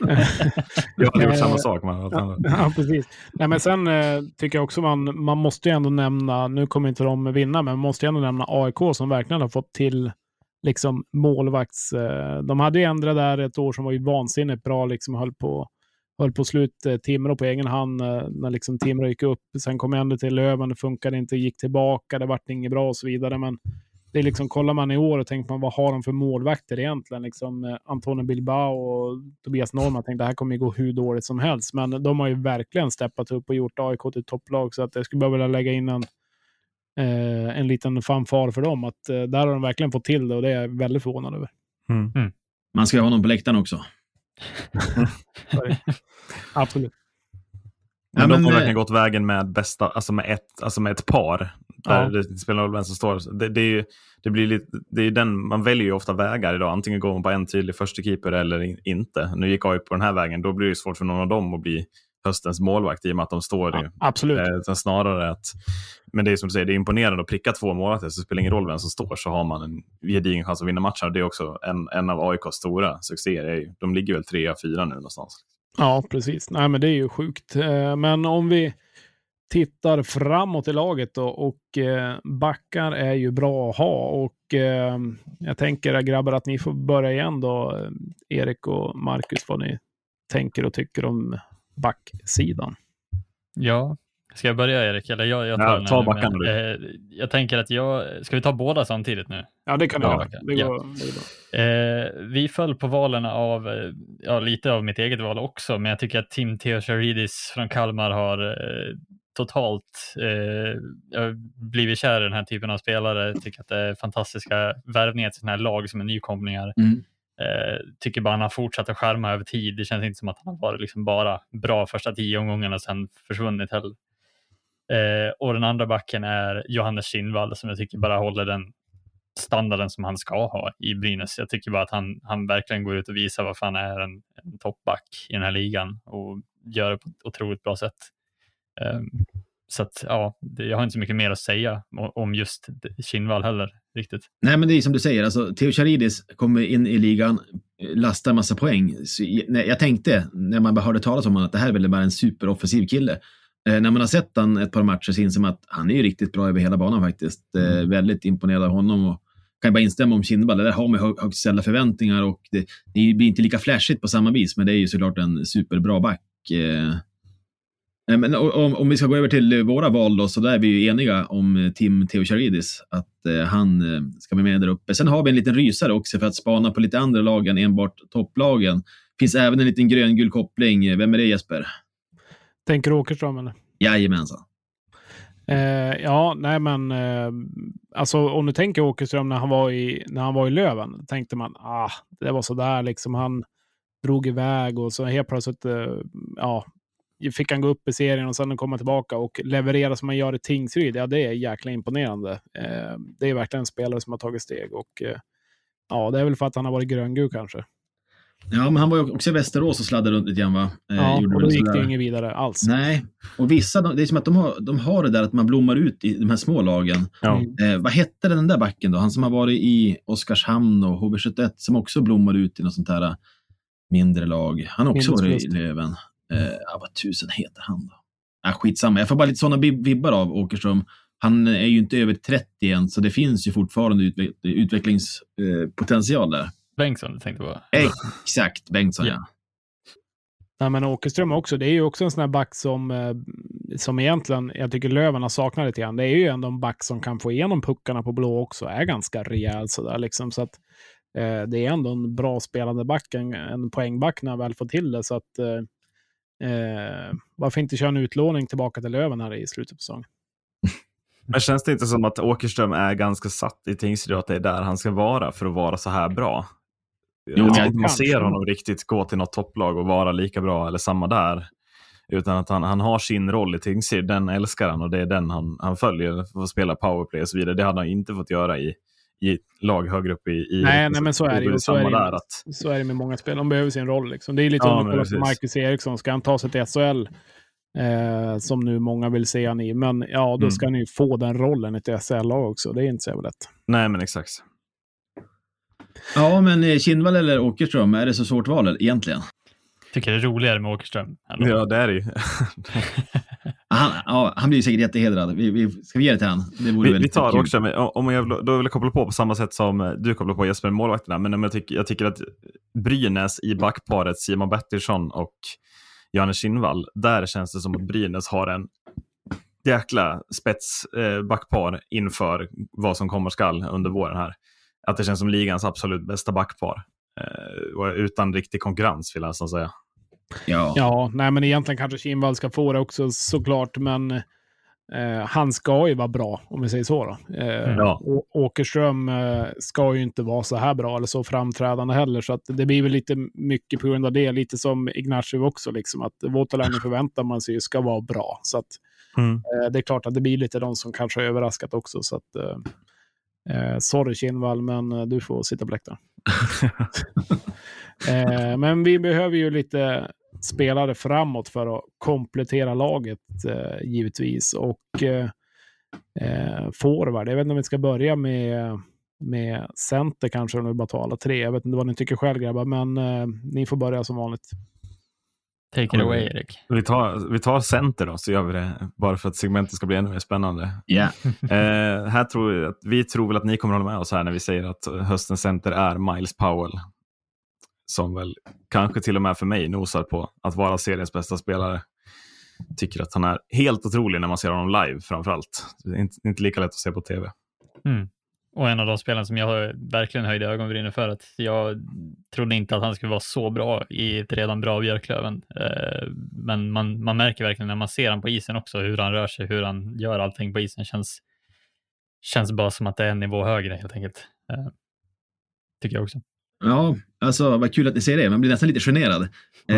Jag hade gjort samma sak. Ja, precis. Nej, men sen tycker jag också man måste ju ändå nämna, nu kommer inte de vinna, men man måste ju ändå nämna AIK som verkligen har fått till liksom målvakts. De hade ju ändrat där ett år som var ju vansinnigt bra, liksom höll på slut Timrå på egen hand när liksom Timrå gick upp. Sen kom jag ändå till Löven, det funkade inte, gick tillbaka, det vart inget bra och så vidare, men det är liksom, kollar man i år och tänker man, vad har de för målvakter egentligen? Liksom Antonio Bilbao och Tobias Norman, jag tänkte det här kommer ju gå hur dåligt som helst, men de har ju verkligen steppat upp och gjort AIK till topplag, så att jag skulle bara vilja lägga in en liten fanfar för dem, att där har de verkligen fått till det, och det är jag väldigt förvånad över. Man ska ha honom på läktaren också. Absolut. Men de har verkligen gått vägen med bästa, alltså med ett par där det spelar roll vem som står. Det blir lite, det är den, man väljer ju ofta vägar idag, antingen går man på en tydlig första keeper eller inte. Nu gick jag på den här vägen, då blir det svårt för någon av dem att bli höstens målvakt i och med att de står absolut. Snarare att, men det är som du säger, det är imponerande att pricka 2 målvakter, så spelar ingen roll vem som står, så har man en gedigen chans att vinna matcher. Det är också en av AIKs stora succéer. De ligger väl 3-4 nu någonstans. Ja, precis. Nej, men det är ju sjukt. Men om vi tittar framåt i laget då, och backar är ju bra att ha, och jag tänker grabbar att ni får börja igen då, Erik och Marcus, vad ni tänker och tycker om backsidan. Ja, ska jag börja Erik? Eller jag tar ta backarna. Jag tänker att ska vi ta båda samtidigt nu? Ja, det kan vi göra. Vi föll på valen av lite av mitt eget val också, men jag tycker att Tim Theocharidis från Kalmar har totalt blivit kär i den här typen av spelare. Jag tycker att det är fantastiska värvningar till sådana här lag som är nykomlingar. Tycker bara han har fortsatt att skärma över tid. Det känns inte som att han har varit liksom bara bra första 10 omgångarna och sen försvunnit heller. Och den andra backen är Johannes Kinnvall, som jag tycker bara håller den standarden som han ska ha i Brynäs. Jag tycker bara att han verkligen går ut och visar varför han är en toppback i den här ligan och gör det på ett otroligt bra sätt. Så att jag har inte så mycket mer att säga om just Kinnvall heller riktigt. Nej, men det är som du säger, alltså Theocharidis kommer in i ligan, lastar massa poäng. Så, jag tänkte när man bara hörde talas om att det här är väl bara en superoffensiv kille. När man har sett han ett par matcher så inser man att han är ju riktigt bra över hela banan faktiskt. Väldigt imponerad av honom, och kan bara instämma om Kinnvall. Där har man högt ställda förväntningar, och det blir inte lika flashigt på samma vis, men det är ju såklart en superbra back. Men om vi ska gå över till våra val då, så där är vi ju eniga om Tim Theocharidis, att han ska vara med där uppe. Sen har vi en liten rysare också för att spana på lite andra lag än enbart topplagen. Finns även en liten grön-gul koppling. Vem är det, Jesper? Tänker Åkerström eller? Jajamensan. Alltså om du tänker Åkerström när han var i Löven, tänkte man det var så där liksom, han drog iväg och så helt plötsligt fick han gå upp i serien och sen komma tillbaka och leverera som man gör i Tingsryd. Ja, det är jäkla imponerande. Det är verkligen en spelare som har tagit steg, och Ja, det är väl för att han har varit gröngul kanske. Ja, men han var ju också i Västerås och sladdade runt lite grann, va? Ja, och då gick det sådär. inget vidare alls. Nej, och vissa, det är som att de har det där att man blommar ut i de här små lagen. Ja. Vad hette den där backen då? Han som har varit i Oskarshamn och HV71 som också blommar ut i något sånt där mindre lag. Han har också varit i Löven. Vad tusen heter han då? Skitsamma. Jag får bara lite sådana vibbar av Åkerström. Han är ju inte över 30 än, så det finns ju fortfarande utvecklingspotential där. Bengtsson, du tänkte på. Exakt, Bengtsson, ja. Nej, men Åkerström också, det är ju också en sån här back som egentligen, jag tycker Löven har saknat lite grann. Det är ju ändå en back som kan få igenom puckarna på blå också, är ganska rejäl sådär liksom, så att det är ändå en bra spelande back, en poängback när han väl får till det, så att varför inte köra en utlåning tillbaka till Löven här i slutet på säsongen? Men känns det inte som att Åkerström är ganska satt i Tingsryd, att det är där han ska vara för att vara så här bra? Man ser honom riktigt gå till något topplag och vara lika bra eller samma där. Utan att han har sin roll i Tingsryd, den älskar han och det är den han följer för att spela powerplay och så vidare. Det hade han inte fått göra i lag högre upp i nej, men så är det ju. Så är det med många spel. De behöver sin roll. Liksom. Det är lite som Marcus Eriksson. Ska han ta sig till SHL som nu många vill se han i. Men ja, då ska han ju få den rollen i ett SHL-lag också. Det är inte så lätt. Nej, men exakt. Ja, men Kindvall eller Åkerström, är det så svårt val egentligen? Tycker det är roligare med Åkerström. Ja, det är det ju. Han blir ju säkert jättehedrad. Ska vi ge det till han? Vi tar Åkerström. Då vill jag koppla på samma sätt som du kopplar på Jesper, målvakterna. Men jag tycker att Brynäs i backparet Simon Bertilsson och Janne Kindvall, där känns det som att Brynäs har en jäkla spets backpar inför vad som kommer skall under våren här. Att det känns som ligans absolut bästa backpar. Utan riktig konkurrens, vill jag nästan säga. Ja, nej, men egentligen kanske Kindvall ska få det också såklart, men han ska ju vara bra, om vi säger så då. Åkerström ska ju inte vara så här bra eller så framträdande heller, så att det blir väl lite mycket på grund av det, lite som Ignacio också liksom, att Voutilainen förväntar man sig ska vara bra, så att det är klart att det blir lite de som kanske har överraskat också, så att sorry Kindvall, men du får sitta på läktaren. Men vi behöver ju lite spelare framåt för att komplettera laget givetvis, och forward. Jag vet inte om vi ska börja med center kanske, om vi bara tar alla tre. Jag vet inte vad ni tycker själv, grabbar, men ni får börja som vanligt. Take it away, Erik. Vi tar center då, så gör vi det. Bara för att segmentet ska bli ännu mer spännande. Här vi tror väl att ni kommer hålla med oss här när vi säger att höstens center är Miles Powell. Som väl kanske till och med för mig nosar på att vara seriens bästa spelare. Tycker att han är helt otrolig när man ser honom live framförallt. Det är inte lika lätt att se på tv. Och en av de spelarna som jag verkligen höjde ögonbrynen för, att jag trodde inte att han skulle vara så bra i ett redan bra Björklöven. Men man märker verkligen när man ser han på isen också, hur han rör sig, hur han gör allting på isen. Känns bara som att det är en nivå högre helt enkelt. Tycker jag också. Ja, alltså vad kul att ni säger det. Man blir nästan lite generad.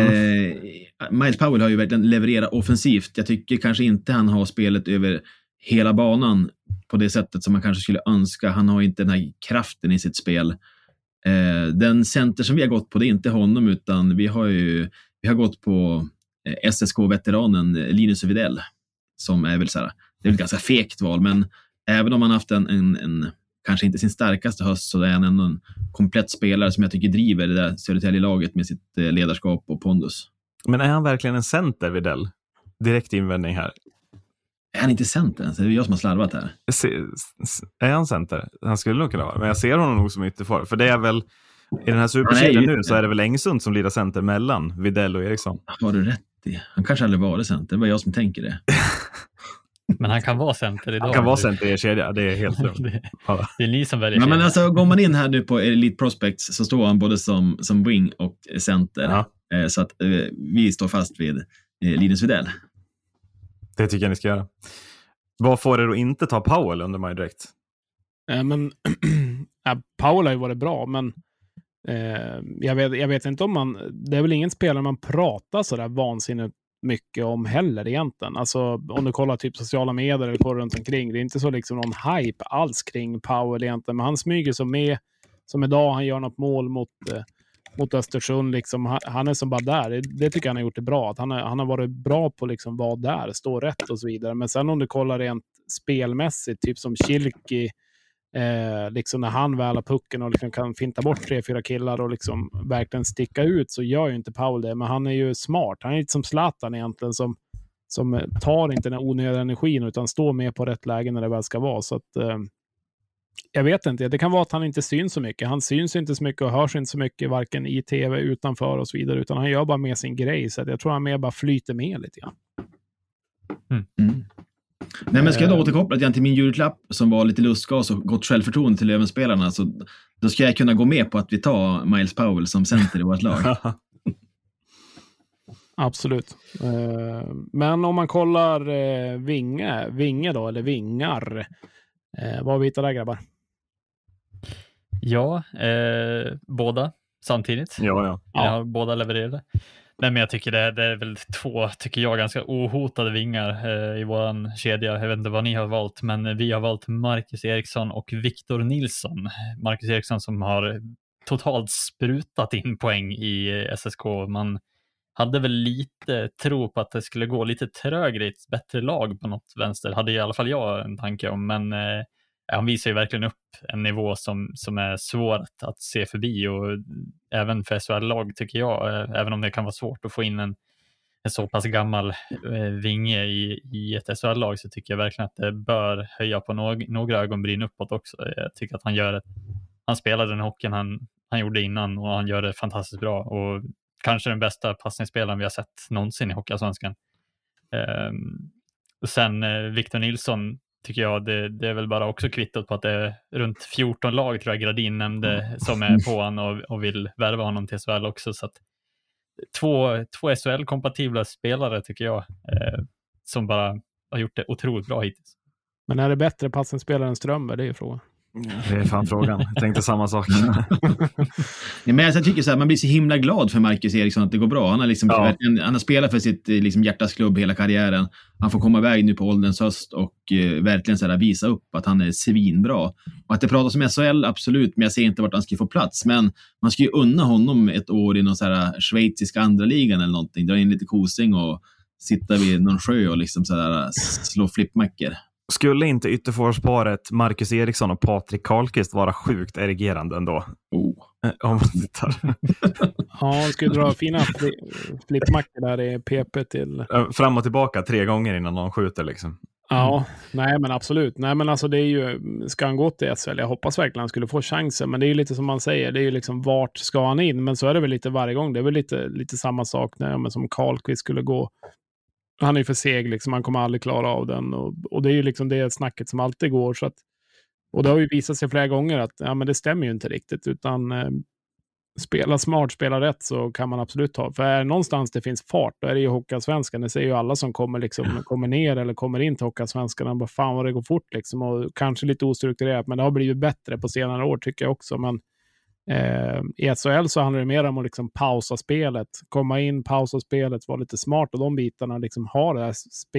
Miles Powell har ju verkligen levererat offensivt. Jag tycker kanske inte han har spelet över hela banan på det sättet som man kanske skulle önska. Han har inte den här kraften i sitt spel. Den center som vi har gått på, det är inte honom, utan vi har gått på SSK-veteranen Linus Widell, som är väl så här, det är ett ganska fegt val, men även om han haft en kanske inte sin starkaste höst, så är han ändå en komplett spelare som jag tycker driver det där Södertälje-laget med sitt ledarskap och pondus. Men är han verkligen en center, Widell? Direkt invändning här. Är han inte center? Det är jag som har slarvat här. Är han center? Han skulle nog kunna vara. Men jag ser honom nog som ytterför. För det är väl, i den här superkedjan nu så är det väl Engsund som lirar center mellan Widell och Eriksson. Har du rätt i? Han kanske aldrig varit center. Det var jag som tänker det. Men han kan vara center idag. Han kan vara center i kedja, det är helt lugnt. Det är ni som väljer. Men alltså, går man in här nu på Elite Prospects så står han både som wing och center. Ja. Så att vi står fast vid Linus Widell. Det tycker jag ni ska göra. Vad får det då inte ta Powell under mig direkt? Men Powell har ju varit bra, men jag vet inte om man... Det är väl ingen spelare man pratar så där vansinnigt mycket om heller egentligen. Alltså om du kollar typ sociala medier eller på runt omkring, det är inte så liksom någon hype alls kring Powell egentligen, men han smyger så med som idag han gör något mål mot Östersund. Liksom, han är som bara där. Det tycker jag han har gjort det bra. Att han har varit bra på liksom vara där, stå rätt och så vidare. Men sen om du kollar rent spelmässigt, typ som Kilki, liksom när han väl har pucken och liksom kan finta bort 3-4 killar och liksom verkligen sticka ut, så gör ju inte Powell det. Men han är ju smart. Han är lite som Zlatan egentligen, som tar inte den onödiga energin utan står med på rätt läge när det väl ska vara. Så att jag vet inte. Det kan vara att han inte syns så mycket. Han syns inte så mycket och hörs inte så mycket, varken i tv, utanför och så vidare, utan han gör bara med sin grej. Så att jag tror han mer bara flyter med lite grann. Nej, men ska jag då återkoppla till min julklapp som var lite lustgas och gott självförtroende till Löven-spelarna, så då ska jag kunna gå med på att vi tar Miles Powell som center i vårt lag. Absolut. Men om man kollar vinge då, eller vingar, vad har vi hittat där, grabbar? Ja, båda samtidigt. Ja. Båda levererade. Nej, men jag tycker det är väl två, tycker jag, ganska ohotade vingar i våran kedja. Jag vet inte vad ni har valt, men vi har valt Marcus Eriksson och Victor Nilsson. Marcus Eriksson som har totalt sprutat in poäng i SSK. Man hade väl lite tro på att det skulle gå lite trögre i ett bättre lag på något vänster. Hade i alla fall jag en tanke om, men han visar ju verkligen upp en nivå som är svår att se förbi, och även för SHL-lag tycker jag, även om det kan vara svårt att få in en så pass gammal vinge i ett SHL-lag, så tycker jag verkligen att det bör höja på några ögonbryn uppåt också. Jag tycker att han spelade den hockeyn han gjorde innan, och han gör det fantastiskt bra, och kanske den bästa passningsspelaren vi har sett någonsin i Hockeyallsvenskan. Och sen Victor Nilsson tycker jag, det är väl bara också kvittot på att det är runt 14 lag, tror jag Gradin nämnde, som är på han och vill värva honom till SHL också. Så att två SHL-kompatibla spelare tycker jag, som bara har gjort det otroligt bra hittills. Men är det bättre passningsspelare än Strömberg? Det är ju frågan. Det är fan frågan. Jag tänkte samma sak. Men jag tycker så här, man blir så himla glad för Marcus Eriksson att det går bra. Han har liksom han har spelat för sitt liksom hjärtas klubb hela karriären. Han får komma iväg nu på ålderns höst och verkligen så här, visa upp att han är svinbra. Och att det pratas om SHL, absolut, men jag ser inte vart han ska få plats. Men man ska ju unna honom ett år i någon så här schweiziska andra ligan eller någonting. Dra in lite kosing och sitta vid någon sjö och liksom så här, slå flippmackor. Skulle inte ytterforsparet Marcus Eriksson och Patrik Karlqvist vara sjukt erigerande ändå? Om man tittar. Ja, ska dra fina flippmackor där i PP till... Fram och tillbaka 3 gånger innan någon skjuter liksom. Ja, nej men absolut. Nej men alltså det är ju, ska han gå till SHL? Jag hoppas verkligen han skulle få chansen, men det är ju lite som man säger, det är ju liksom vart ska han in? Men så är det väl lite varje gång. Det är väl lite samma sak när som Karlqvist skulle gå. Han är ju för seg liksom, han kommer aldrig klara av den, och det är ju liksom det snacket som alltid går, så att, och det har ju visat sig flera gånger att men det stämmer ju inte riktigt, utan spela smart, spela rätt, så kan man absolut ta, för är någonstans det finns fart, då är det ju Hockeyallsvenskan. Det ser ju alla som kommer ner eller kommer in till Hockeyallsvenskan, och bara fan vad det går fort liksom, och kanske lite ostrukturerat, men det har blivit bättre på senare år tycker jag också. Men i SHL så handlar det mer om att liksom pausa spelet, komma in, pausa spelet, vara lite smart, och de bitarna liksom har det här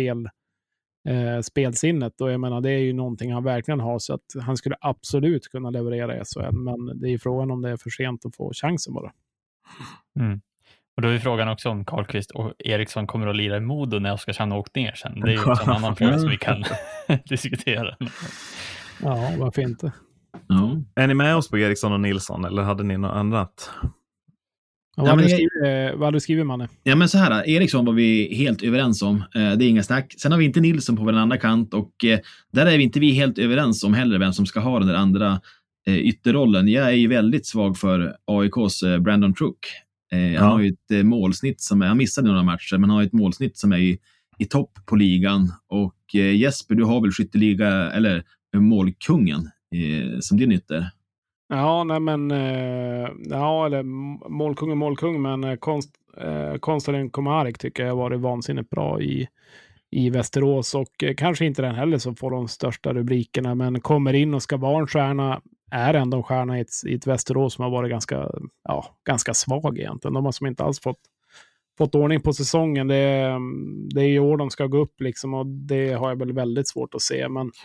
spelsinnet, och jag menar det är ju någonting han verkligen har, så att han skulle absolut kunna leverera i SHL, men det är ju frågan om det är för sent att få chansen bara. Och då är frågan också om Karlqvist och Eriksson kommer att lira i Modo när Oskarshamn har åkt ner sen. Det är ju en annan fråga som vi kan diskutera. Ja, varför inte? Är ni med oss på Eriksson och Nilsson, eller hade ni något annat? Vad hade du skrivit, Manne? Ja, men så här, Eriksson var vi helt överens om. Det är inga snack. Sen har vi inte Nilsson på den andra kant, och där är vi inte helt överens om heller vem som ska ha den där andra ytterrollen. Jag är ju väldigt svag för AIKs Brandon Truck. Han har ju ett målsnitt som han missade några matcher, men han har ett målsnitt som är i topp på ligan. Och Jesper, du har väl skytteliga eller målkungen som din ytter? Ja, nej men eller målkung, men Konstantin Komarek tycker jag var det vansinnigt bra i Västerås, och kanske inte den heller som får de största rubrikerna, men kommer in och ska vara en stjärna, är ändå en stjärna i ett Västerås som har varit ganska svag egentligen. De har som inte alls fått ordning på säsongen. Det är i år de ska gå upp liksom, och det har jag väl väldigt svårt att se, men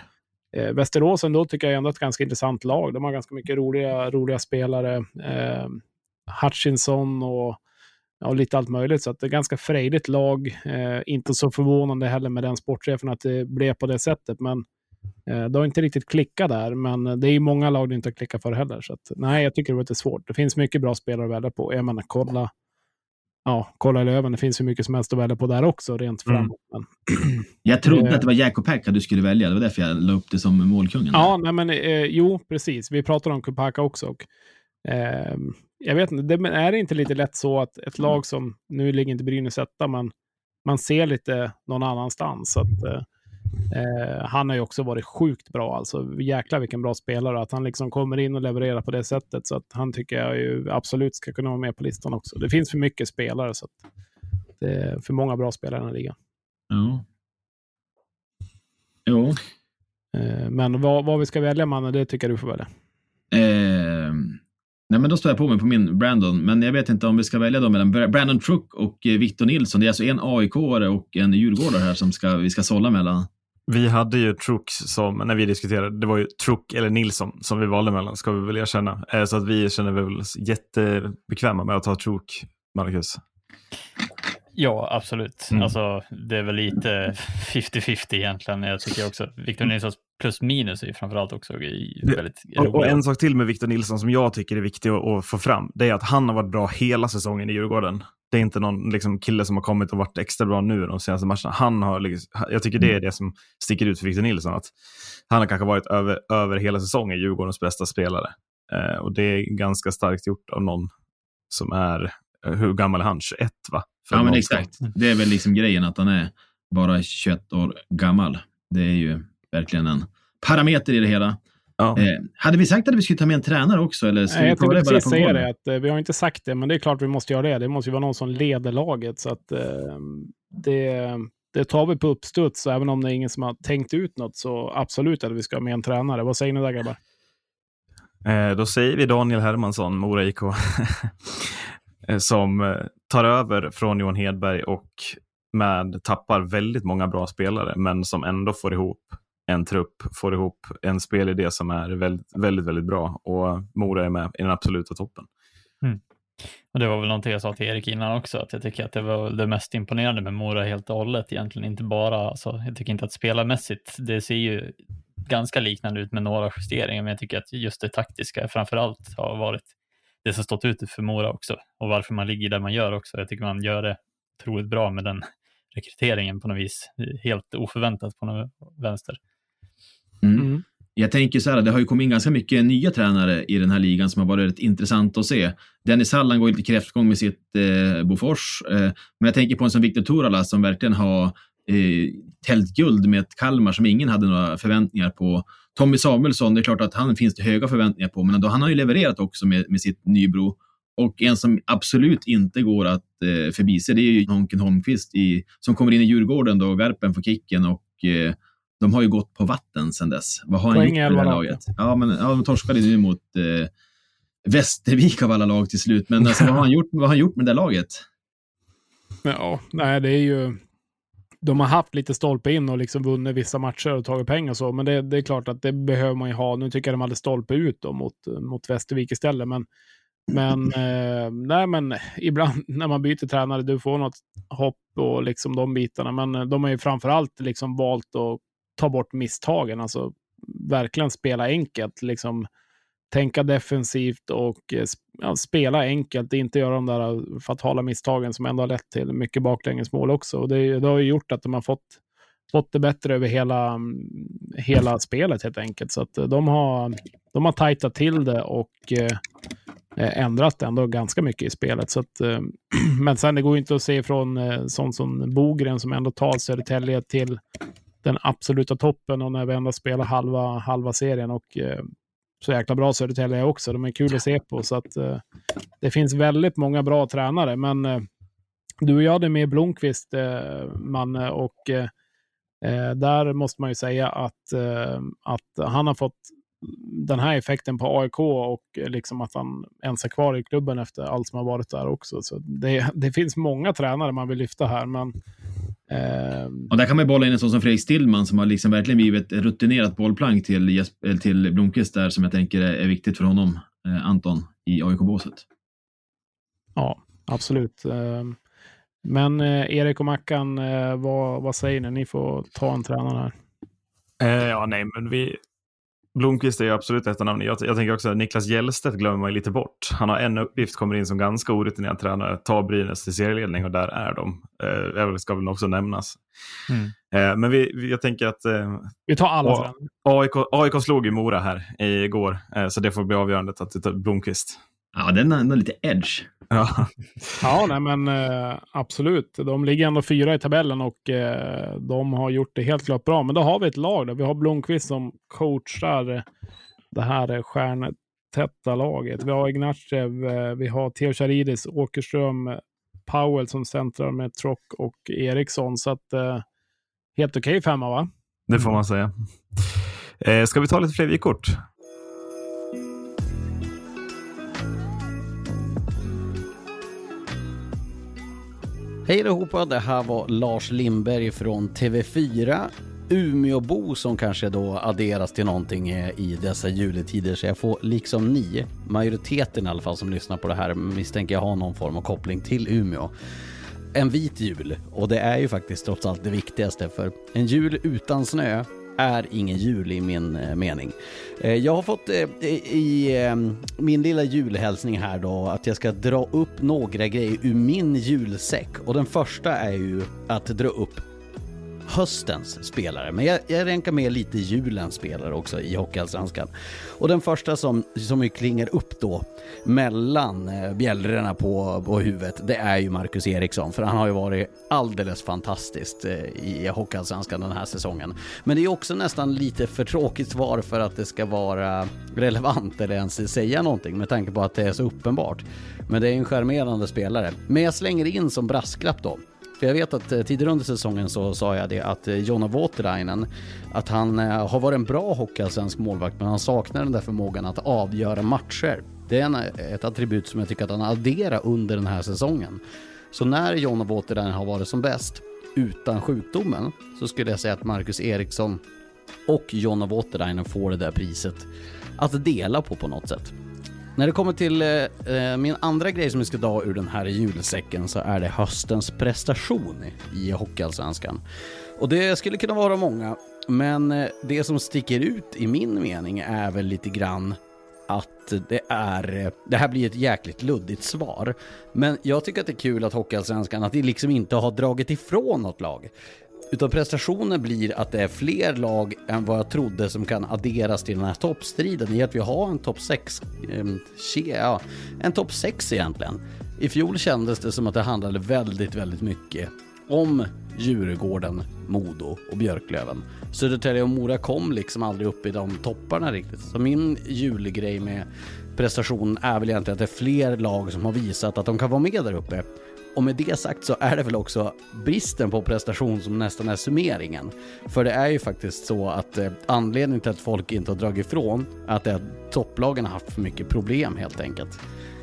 Västerås ändå tycker jag ändå ett ganska intressant lag. De har ganska mycket roliga spelare. Hutchinson och lite allt möjligt. Så att det är ganska frejdigt lag. Inte så förvånande heller med den sportchefen att det blev på det sättet. Men det har inte riktigt klickat där. Men det är ju många lag det inte har klickat för heller. Så att, nej, jag tycker det var lite svårt. Det finns mycket bra spelare att välja på. Jag menar, kolla i Löven. Det finns ju mycket som helst att välja på där också, rent framåt. Men jag trodde att det var Jack och Pekka du skulle välja. Det var därför jag la upp det som målkungen. Ja, nej men jo, precis. Vi pratar om Kupaka också. Och, jag vet inte, det är inte lite lätt så att ett lag som, nu ligger inte Brynäs etta, men man ser lite någon annanstans. Så att, han har ju också varit sjukt bra. Alltså jäklar vilken bra spelare. Att han liksom kommer in och levererar på det sättet. Så att han tycker jag ju absolut ska kunna vara med på listan också. Det finns för mycket spelare, så att det är för många bra spelare i den här ligan. Ja. Jo. Men vad vi ska välja, mannen, det tycker du får välja. Nej, men då står jag på mig på min Brandon. Men jag vet inte om vi ska välja då mellan Brandon Truck och Victor Nilsson. Det är alltså en AIK-are och en djurgårdare här som vi ska sålla mellan. Vi hade ju Truck som, när vi diskuterade, det var ju Truck eller Nilsson som vi valde mellan, ska vi väl erkänna. Så att vi känner väl jättebekväma med att ta Truck, Marcus. Ja, absolut. Alltså, det är väl lite 50-50 egentligen. Jag tycker också Victor Nilssons plus minus är framförallt också väldigt roligt. Och en sak till med Victor Nilsson som jag tycker är viktig att få fram, det är att han har varit bra hela säsongen i Djurgården. Det är inte någon liksom kille som har kommit och varit extra bra nu de senaste matcherna. Han har jag tycker det är det som sticker ut för Victor Nilsson, att han har kanske varit över hela säsongen Djurgårdens bästa spelare. Och det är ganska starkt gjort av någon som är, hur gammal är han? 21, va? Ja, men exakt. Det är väl liksom grejen att han är bara 21 år gammal. Det är ju verkligen en parameter i det hela. Ja. Hade vi sagt att vi skulle ta med en tränare också? Eller ska jag tänkte precis säga det, att vi har inte sagt det, men det är klart vi måste göra det. Det måste ju vara någon som leder laget, så att det tar vi på uppstuds. Så även om det är ingen som har tänkt ut något, så absolut att vi ska ha med en tränare. Vad säger ni där, grabbar? Då säger vi Daniel Hermansson, Mora IK. Som tar över från Johan Hedberg och tappar väldigt många bra spelare, men som ändå får ihop en trupp, får ihop en spelidé som är väldigt, väldigt, väldigt bra, och Mora är med i den absoluta toppen. Och det var väl någonting jag sa till Erik innan också, att jag tycker att det var det mest imponerande med Mora helt och hållet egentligen, inte bara, alltså, jag tycker inte att spelarmässigt, det ser ju ganska liknande ut med några justeringar, men jag tycker att just det taktiska framförallt har varit det som stått ute för Mora också, och varför man ligger där man gör också. Jag tycker man gör det otroligt bra med den rekryteringen på något vis, helt oförväntat på något vänster. Jag tänker så här, det har ju kommit in ganska mycket nya tränare i den här ligan som har varit rätt intressant att se. Dennis Halland går lite kräftgång med sitt Bofors, men jag tänker på en som Victor Torala som verkligen har tält guld med ett Kalmar som ingen hade några förväntningar på. Tommy Samuelsson, det är klart att han finns det höga förväntningar på, men ändå, han har ju levererat också med sitt Nybro. Och en som absolut inte går att förbise, det är ju Honken Holmqvist som kommer in i Djurgården då Garpen får kicken, och de har ju gått på vatten sedan dess. Vad har han gjort med det här laget? Ja, de torskade nu mot Västervik av alla lag till slut, men alltså, vad har han gjort med det laget? Ja, nej, det är ju, de har haft lite stolpe in och liksom vunnit vissa matcher och tagit pengar och så, men det är klart att det behöver man ju ha. Nu tycker jag de hade stolpe ut då mot Västervik istället, men nej, men ibland när man byter tränare, du får något hopp och liksom de bitarna, men de har ju framförallt liksom valt att ta bort misstagen, alltså verkligen spela enkelt, liksom tänka defensivt och spela enkelt, inte göra de där fatala misstagen som ändå har lett till mycket baklängesmål också. Och det har ju gjort att de har fått det bättre över hela spelet helt enkelt. Så att de har tajtat till det och ändrat ändå ganska mycket i spelet. Så att, men sen det går ju inte att se från sånt som Bogren som ändå tar Södertälje till den absoluta toppen, och när vi ändå spelar halva serien, och så jäkla bra Södertälje också. De är kul att se på, så att det finns väldigt många bra tränare, men du och jag hade med Blomqvist, Manne, och där måste man ju säga att han har fått den här effekten på AIK, och liksom att han ens är kvar i klubben efter allt som har varit där också. Så det finns många tränare man vill lyfta här, men Och där kan man bolla in en sån som Fredrik Stillman som har liksom verkligen blivit ett rutinerat bollplank till Blomqvist där, som jag tänker är viktigt för honom, Anton, i AIK-båset. Ja, absolut. Men Erik och Mackan, vad säger ni? Ni får ta en tränare här. Men Blomqvist är ju absolut ett av namn. Jag tänker också att Niklas Hjellstedt glömmer man lite bort. Han har en uppgift, kommer in som ganska orutinerad tränare, tar Brynäs till serieledning, och där är de. Det ska väl också nämnas. Men jag tänker att vi tar alla. AIK slog ju Mora här igår, så det får bli avgörandet att det tar Blomqvist. Ja, den är lite edge. Ja, nej, men absolut. De ligger ändå 4 i tabellen och de har gjort det helt klart bra. Men då har vi ett lag där. Vi har Blomqvist som coachar det här stjärntätta laget. Vi har Ignatjev, vi har Theo Charidis, Åkerström, Powell som centrar med Trock och Eriksson. Så att helt okej 5, va? Det får man säga. Ska vi ta lite fler vykort? Hej allihopa, det här var Lars Lindberg från TV4. Umeåbo som kanske då adderas till någonting i dessa juletider, så jag får liksom ni, majoriteten i alla fall som lyssnar på det här, misstänker jag har någon form av koppling till Umeå. En vit jul, och det är ju faktiskt trots allt det viktigaste, för en jul utan snö är ingen jul i min mening. Jag har fått i min lilla julhälsning här då att jag ska dra upp några grejer ur min julsäck. Och den första är ju att dra upp höstens spelare. Men jag ränkar med lite julens spelare också i Hockeyallsvenskan. Och den första som ju klingar upp då mellan bjällrorna på huvudet, det är ju Marcus Eriksson. För han har ju varit alldeles fantastiskt i Hockeyallsvenskan den här säsongen. Men det är också nästan lite för tråkigt svar för att det ska vara relevant eller ens säga någonting med tanke på att det är så uppenbart. Men det är en charmerande spelare. Men jag slänger in som brasklapp då. För jag vet att tidigare under säsongen så sa jag det att Jonna Voutilainen, att han har varit en bra hockeyallsvensk målvakt, men han saknar den där förmågan att avgöra matcher. Det är ett attribut som jag tycker att han adderar under den här säsongen. Så när Jonna Voutilainen har varit som bäst utan sjukdomen, så skulle jag säga att Marcus Eriksson och Jonna Voutilainen får det där priset att dela på något sätt. När det kommer till min andra grej som vi ska ta ur den här julsäcken, så är det höstens prestation i Hockeyallsvenskan. Och det skulle kunna vara många, men det som sticker ut i min mening är väl lite grann att det här blir ett jäkligt luddigt svar. Men jag tycker att det är kul att Hockeyallsvenskan, att det liksom inte har dragit ifrån något lag. Utan prestationen blir att det är fler lag än vad jag trodde som kan adderas till den här toppstriden, i att vi har en topp 6 en topp 6 egentligen. I fjol kändes det som att det handlade väldigt, väldigt mycket om Djurgården, Modo och Björklöven. Södertälje och Mora kom liksom aldrig upp i de topparna riktigt. Så min julgrej med prestationen är väl egentligen att det är fler lag som har visat att de kan vara med där uppe. Och med det sagt så är det väl också bristen på prestation som nästan är summeringen. För det är ju faktiskt så att anledningen till att folk inte har dragit ifrån är att topplagen har haft för mycket problem helt enkelt.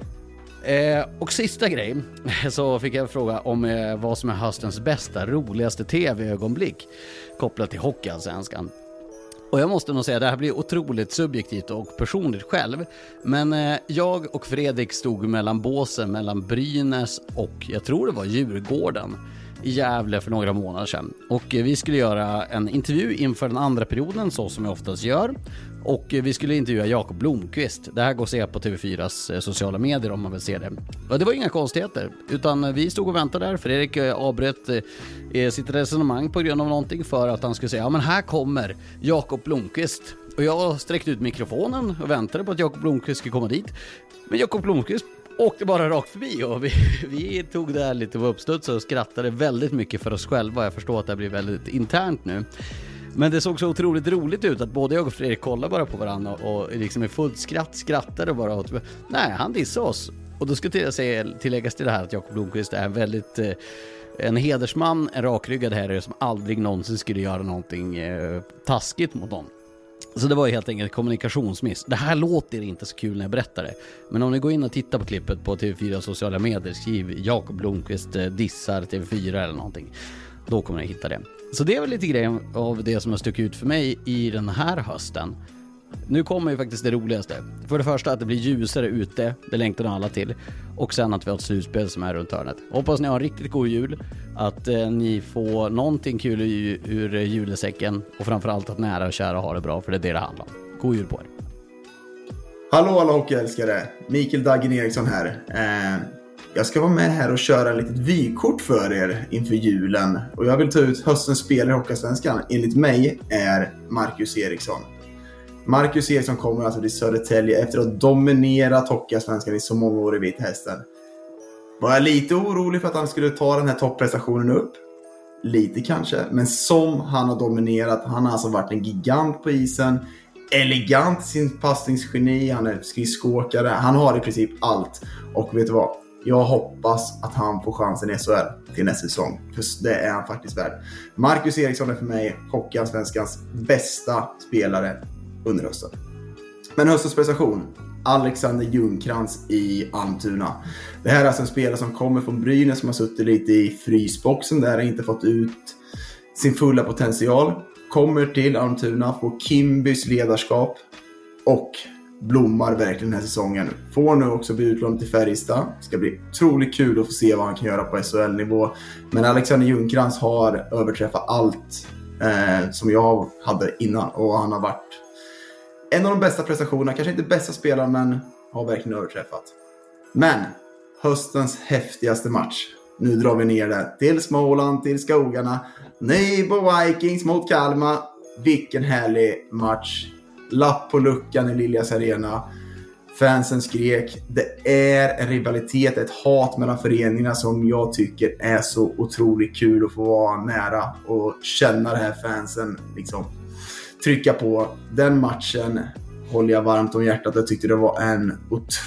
Och sista grej så fick jag fråga om vad som är höstens bästa, roligaste tv-ögonblick kopplat till Hockeyallsvenskan. Och jag måste nog säga att det här blir otroligt subjektivt och personligt själv. Men jag och Fredrik stod mellan båsen, mellan Brynäs och jag tror det var Djurgården i Gävle för några månader sedan. Och vi skulle göra en intervju inför den andra perioden, så som jag oftast gör. Och vi skulle intervjua Jakob Blomqvist. Det här går att se på TV4s sociala medier om man vill se det. Och det var inga konstigheter, utan vi stod och väntade där. Fredrik avbröt sitt resonemang på grund av någonting för att han skulle säga, ja men här kommer Jakob Blomqvist. Och jag sträckte ut mikrofonen och väntade på att Jakob Blomqvist skulle komma dit. Men Jakob Blomqvist åkte bara rakt förbi och vi tog det här lite på uppstuds och skrattade väldigt mycket för oss själva. Jag förstår att det blir väldigt internt nu. Men det såg så otroligt roligt ut att både jag och Fredrik kollade bara på varandra och liksom i fullt skrattade bara åt. Nej, han dissade oss. Och då skulle jag tilläggas till det här att Jakob Blomqvist är väldigt en hedersman, en rakryggad herre som aldrig någonsin skulle göra någonting taskigt mot någon. Så det var helt enkelt kommunikationsmiss. Det här låter inte så kul när jag berättar det. Men om ni går in och tittar på klippet på TV4 sociala medier, skriv Jakob Blomqvist dissar TV4 eller någonting. då kommer ni hitta det. Så det är väl lite grejer av det som har stuckit ut för mig i den här hösten. Nu kommer ju faktiskt det roligaste. För det första att det blir ljusare ute, det längtar alla till. Och sen att vi har ett slutspel som är runt hörnet. Hoppas ni har en riktigt god jul. Att ni får någonting kul ur julesäcken. Och framförallt att nära och kära har det bra, för det är det handlar om. God jul på er. Hallå alla hockeyälskare, Mikael Daggen Eriksson här. Jag ska vara med här och köra ett litet vykort för er inför julen. Och jag vill ta ut höstens spelare i Hockeyallsvenskan. Enligt mig är Marcus Eriksson. Marcus Eriksson kommer alltså till Södertälje efter att ha dominerat Hockeyallsvenskan i så många år i Vita Hästen. Var jag lite orolig för att han skulle ta den här topprestationen upp? Lite kanske, men som han har dominerat. Han har alltså varit en gigant på isen. Elegant i sin passningsgeni, han är skridskåkare, han har i princip allt. Och vet du vad? Jag hoppas att han får chansen i SHL till nästa säsong. För det är han faktiskt värd. Marcus Eriksson är för mig Hockeyallsvenskans bästa spelare under hösten. Men höstens prestation, Alexander Ljungcrantz i Almtuna. Det här är alltså en spelare som kommer från Brynäs, som har suttit lite i frysboxen där och inte fått ut sin fulla potential. Kommer till Almtuna, får Kimbys ledarskap och blommar verkligen den här säsongen. Får nu också bli utlånad till Färjestad. Ska bli otroligt kul att få se vad han kan göra på SHL-nivå. Men Alexander Ljungcrantz har överträffat allt som jag hade innan. Och han har varit en av de bästa prestationerna. Kanske inte bästa spelaren, men har verkligen överträffat. Men höstens häftigaste match. Nu drar vi ner det till Småland, till skogarna. Nybro Vikings mot Kalmar. Vilken härlig match. Lapp på luckan i Liljas Arena. Fansen skrek. Det är en rivalitet, ett hat mellan föreningarna som jag tycker är så otroligt kul att få vara nära och känna det här fansen liksom trycka på. Den matchen håller jag varmt om hjärtat. Jag tyckte det var en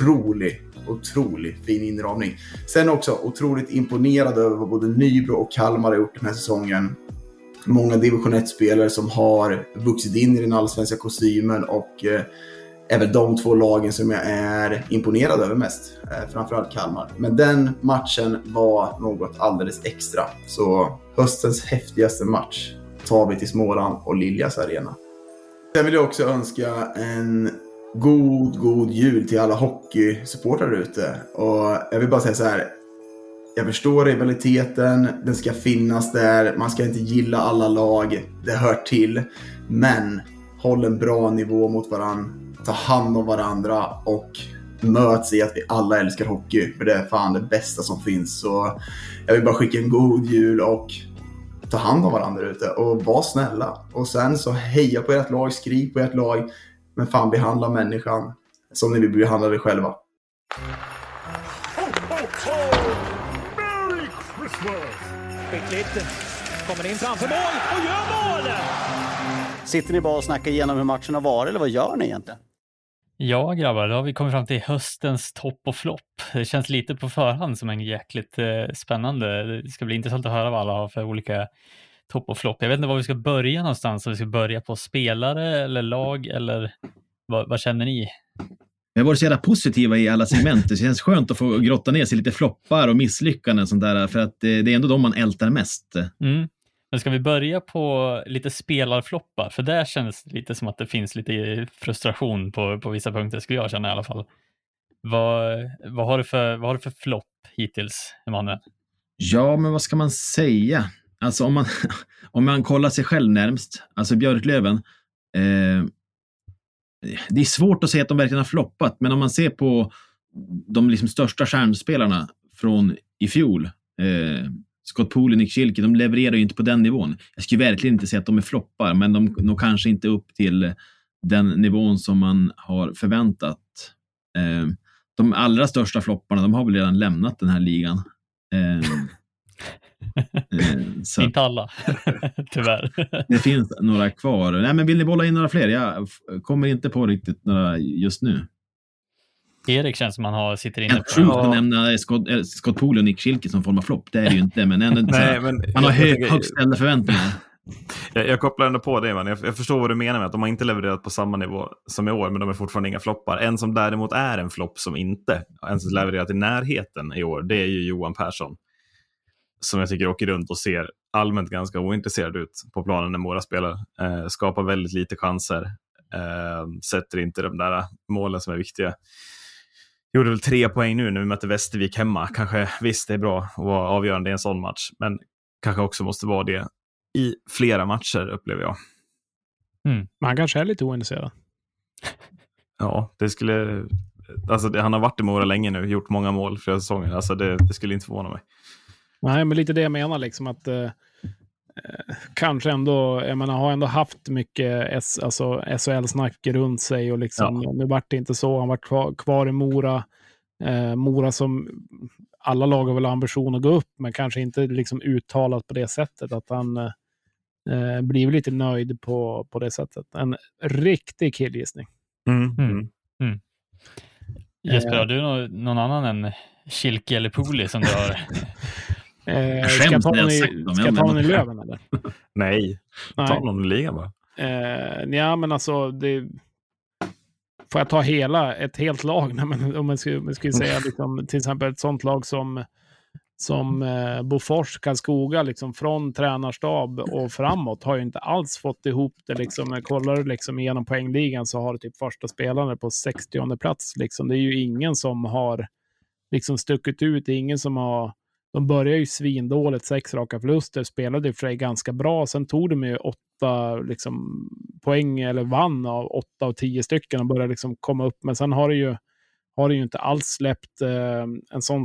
otroligt fin inramning. Sen också otroligt imponerad över vad både Nybro och Kalmar har gjort den här säsongen. Många division 1-spelare som har vuxit in i den allsvenska kostymen och även de två lagen som jag är imponerad över mest. Framförallt Kalmar. Men den matchen var något alldeles extra. Så höstens häftigaste match tar vi till Småland och Liljas Arena. Sen vill jag också önska en god jul till alla hockeysupportrar ute. Och jag vill bara säga så här. Jag förstår rivaliteten, den ska finnas där. Man ska inte gilla alla lag, det hör till. Men håll en bra nivå mot varandra. Ta hand om varandra och möts i att vi alla älskar hockey. För det är fan det bästa som finns. Så jag vill bara skicka en god jul och ta hand om varandra ute. Och var snälla. Och sen så heja på ert lag, skriv på ert lag. Men fan, behandla människan som ni vill behandla dig själva. Skickligt. Kommer in framför mål och gör mål! Sitter ni bara och snackar igenom hur matchen har varit, eller vad gör ni egentligen? Ja grabbar, då har vi kommit fram till höstens topp och flopp. Det känns lite på förhand som en jäkligt spännande. Det ska bli intressant att höra vad alla har för olika topp och flopp. Jag vet inte var vi ska börja någonstans. Om vi ska börja på spelare eller lag eller vad känner ni? Vi har varit så jävla positiva i alla segment. Det känns skönt att få grotta ner sig lite floppar och misslyckanden och sånt där. För att det är ändå de man ältar mest. Mm. Men ska vi börja på lite spelarfloppar? För där känns det lite som att det finns lite frustration på vissa punkter, skulle jag känna i alla fall. Vad har du för flopp hittills, Emanuel? Ja, men vad ska man säga? Alltså om man kollar sig själv närmst, alltså Björklöven, det är svårt att säga att de verkligen har floppat, men om man ser på de liksom största stjärnspelarna från i fjol, Scott Poole och Nick Schilke, de levererar ju inte på den nivån. Jag skulle verkligen inte säga att de är floppar, men de når kanske inte upp till den nivån som man har förväntat. De allra största flopparna, de har väl redan lämnat den här ligan. Så. Inte alla, tyvärr. Det finns några kvar. Nej, men vill ni bolla in några fler? Jag kommer inte på riktigt några just nu. Erik känns som man sitter inne på. Jag tror att nämna Scott Poole och Nick Schilke som form av flopp. Det är det ju inte, men ändå Nej, man har högt ställda förväntningar. Jag kopplar ändå på det, man. Jag förstår vad du menar med att de har inte levererat på samma nivå som i år, men de är fortfarande inga floppar. En som däremot är en flopp som inte ens levererat i närheten i år, det är ju Johan Persson. som jag tycker åker runt och ser allmänt ganska ointresserad ut på planen när Mora spelar. Skapar väldigt lite chanser. Sätter inte de där målen som är viktiga. Gjorde väl 3 poäng nu när vi möter Västervik hemma. Kanske visst, det är bra att vara avgörande i en sån match, men kanske också måste vara det i flera matcher, upplever jag. Man kanske är lite ointresserad. Ja, det skulle... Alltså, han har varit i Mora länge nu, gjort många mål flera säsonger. Alltså, det skulle inte förvåna mig. Nej, men lite det jag menar liksom att kanske ändå, jag menar, har ändå haft mycket SHL-snack runt sig och liksom, nu vart det inte så. Han var kvar i Mora. Mora som alla lag har väl ambition att gå upp, men kanske inte liksom uttalat på det sättet att han blir lite nöjd på det sättet. En riktig killgissning. Jesper, har du någon annan än Kilke eller Poli som du har? Ska jag ta någon i Löven eller? Nej, ta någon i ligan bara. Ja, men alltså får jag ta ett helt lag? Nej, men om man skulle säga liksom, till exempel ett sånt lag som Bofors, Karlskoga, liksom från tränarstab och framåt har ju inte alls fått ihop det. Liksom, jag kollar liksom igenom poängligan så har det typ första spelare på 60:e plats. Liksom. Det är ju ingen som har liksom stuckit ut. Det är ingen som har... De började ju svindåligt, 6 raka förluster, spelade för sig ganska bra. Sen tog de ju 8 liksom, poäng eller vann av 8 av 10 stycken och började liksom komma upp. Men sen har det ju inte alls släppt en sån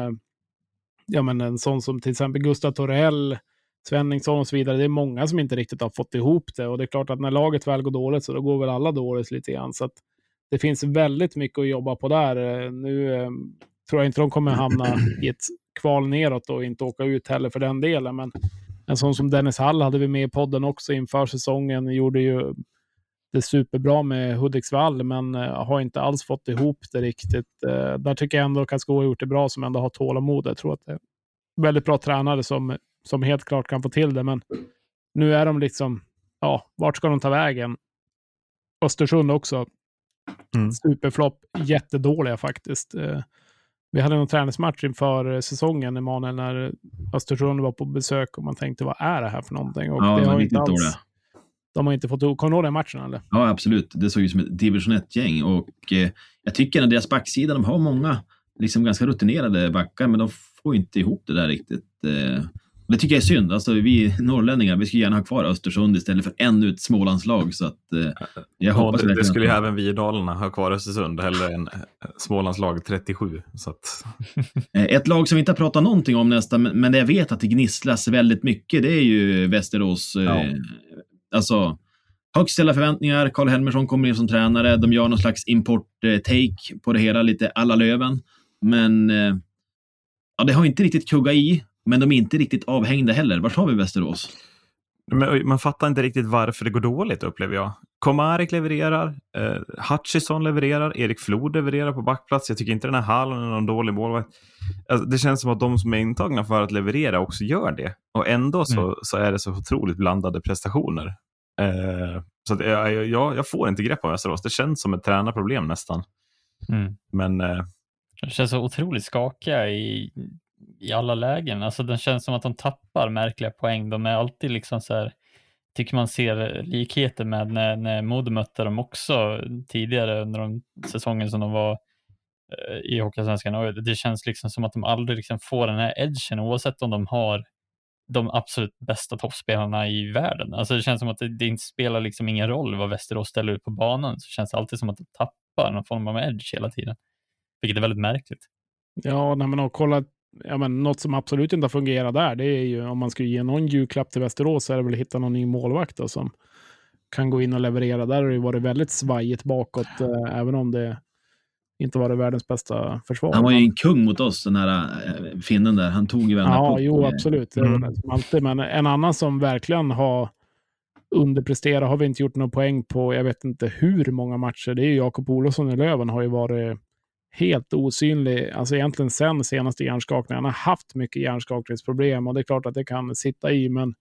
som till exempel Gustav Torell, Svenningsson och så vidare. Det är många som inte riktigt har fått ihop det. Och det är klart att när laget väl går dåligt så då går väl alla dåligt lite grann. Så att det finns väldigt mycket att jobba på där. Nu tror jag inte de kommer hamna i ett kval neråt och inte åka ut heller för den delen. Men en sån som Dennis Hall hade vi med i podden också inför säsongen. Gjorde ju det superbra med Hudiksvall, men har inte alls fått ihop det riktigt. Där tycker jag ändå att Karlskoga har gjort det bra, som ändå har tålamod. Jag tror att det är väldigt bra tränare som helt klart kan få till det. Men nu är de liksom, vart ska de ta vägen? Östersund också. Superflopp, jättedåliga faktiskt. Vi hade någon träningsmatch inför säsongen, Emanuel, när Östersund var på besök och man tänkte, vad är det här för någonting? Och det har inte alls... De har inte fått... Kommer du ihåg den matchen eller? Ja, absolut. Det såg ju som ett division 1-gäng. Och jag tycker att deras backsida, de har många liksom ganska rutinerade backar, men de får inte ihop det där riktigt. Det tycker jag är synd. Alltså, vi norrlänningar, vi skulle gärna ha kvar Östersund istället för ännu ett Smålandslag. Så att, jag hoppas det skulle ju även vi i Dalarna ha kvar Östersund, hellre än Smålandslag 37. Så att... Ett lag som vi inte har pratat någonting om nästan, men jag vet att det gnisslas väldigt mycket, det är ju Västerås. Alltså, högst ställa förväntningar. Karl Helmersson kommer in som tränare. De gör någon slags import-take på det hela, lite alla Löven. Men det har inte riktigt kugga i. Men de är inte riktigt avhängda heller. Vart har vi Västerås? Men man fattar inte riktigt varför det går dåligt, upplever jag. Komarek levererar, Hutchison levererar, Erik Flod levererar på backplats. Jag tycker inte den här Hallen är någon dålig målvakt. Alltså, det känns som att de som är intagna för att leverera också gör det. Och ändå så är det så otroligt blandade prestationer. Så att jag får inte grepp på Västerås. Det känns som ett tränarproblem nästan. Men... Det känns så otroligt skakiga i alla lägen. Alltså det känns som att de tappar märkliga poäng. De är alltid liksom så här, tycker man ser likheter med när Modo mötte dem också tidigare under de säsongen som de var i Hockeyallsvenskan. Och det känns liksom som att de aldrig liksom får den här edgen, oavsett om de har de absolut bästa toppspelarna i världen. Alltså det känns som att det inte spelar liksom ingen roll vad Västerås ställer ut på banan, så känns det alltid som att de tappar någon form av edge hela tiden. Vilket är väldigt märkligt. Ja, när man har kollat, något som absolut inte har fungerat där, det är ju om man skulle ge någon julklapp till Västerås, så är det väl att hitta någon ny målvakt då, som kan gå in och leverera. Där har det varit väldigt svajigt bakåt, även om det inte var det världens bästa försvar. Han var ju en kung mot oss, den här finnen där. Han tog ju vända på. Ja, jo, absolut. Alltid. Men en annan som verkligen har underpresterat har vi inte gjort någon poäng på, jag vet inte hur många matcher. Det är ju Jakob Olofsson i Löven, har ju varit helt osynlig. Alltså egentligen sen senaste hjärnskakningen. Han har haft mycket hjärnskakningsproblem och det är klart att det kan sitta i, men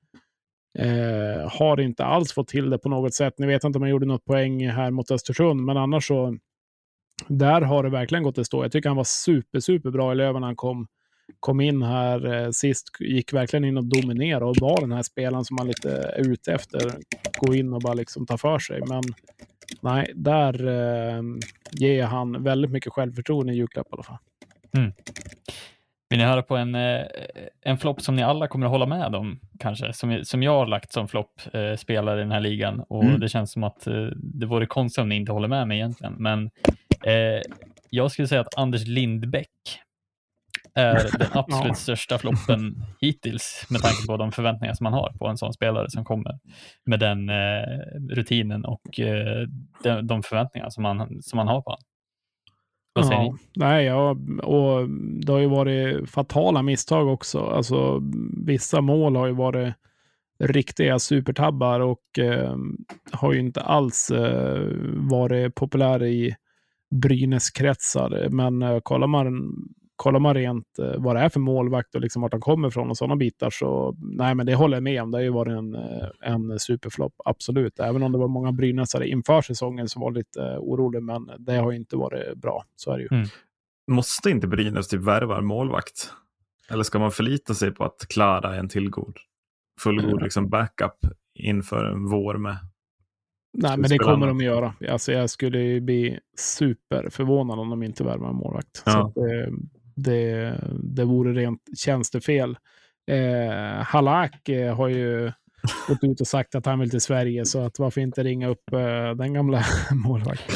har inte alls fått till det på något sätt. Ni vet inte om han gjorde något poäng här mot Östersund, men annars så där har det verkligen gått att stå. Jag tycker han var superbra i Löven när han kom. kom in här sist, gick verkligen in och dominerade och var den här spelaren som man lite är ute efter. Gå in och bara liksom ta för sig. Men nej, där ger han väldigt mycket självförtroende i julklapp i alla fall. Mm. Vill ni höra på en flopp som ni alla kommer att hålla med om kanske? Som jag har lagt som flopp spelare i den här ligan. Och det känns som att det vore konstigt om ni inte håller med mig egentligen. Men jag skulle säga att Anders Lindbäck är den absolut största floppen hittills med tanke på de förväntningar som man har på en sån spelare som kommer med den rutinen och de förväntningar som man har på honom. Ja, nej, och det har ju varit fatala misstag också. Alltså, vissa mål har ju varit riktiga supertabbar och har ju inte alls varit populära i Brynäs-kretsar. Men kollar man rent vad det är för målvakt och liksom vart han kommer ifrån och sådana bitar, så nej, men det håller jag med om. Det har ju varit en superflopp, absolut. Även om det var många Brynäsare inför säsongen som var lite orolig, men det har ju inte varit bra. Så är det ju. Måste inte Brynäs typ värva en målvakt? Eller ska man förlita sig på att klara en fullgod liksom backup inför en vår med? Nej, men det kommer de att göra. Alltså, jag skulle ju bli superförvånad om de inte värvar en målvakt. Ja. Så det vore rent tjänstefel. Halak har ju gått ut och sagt att han vill till Sverige, så att varför inte ringa upp den gamla målvakten?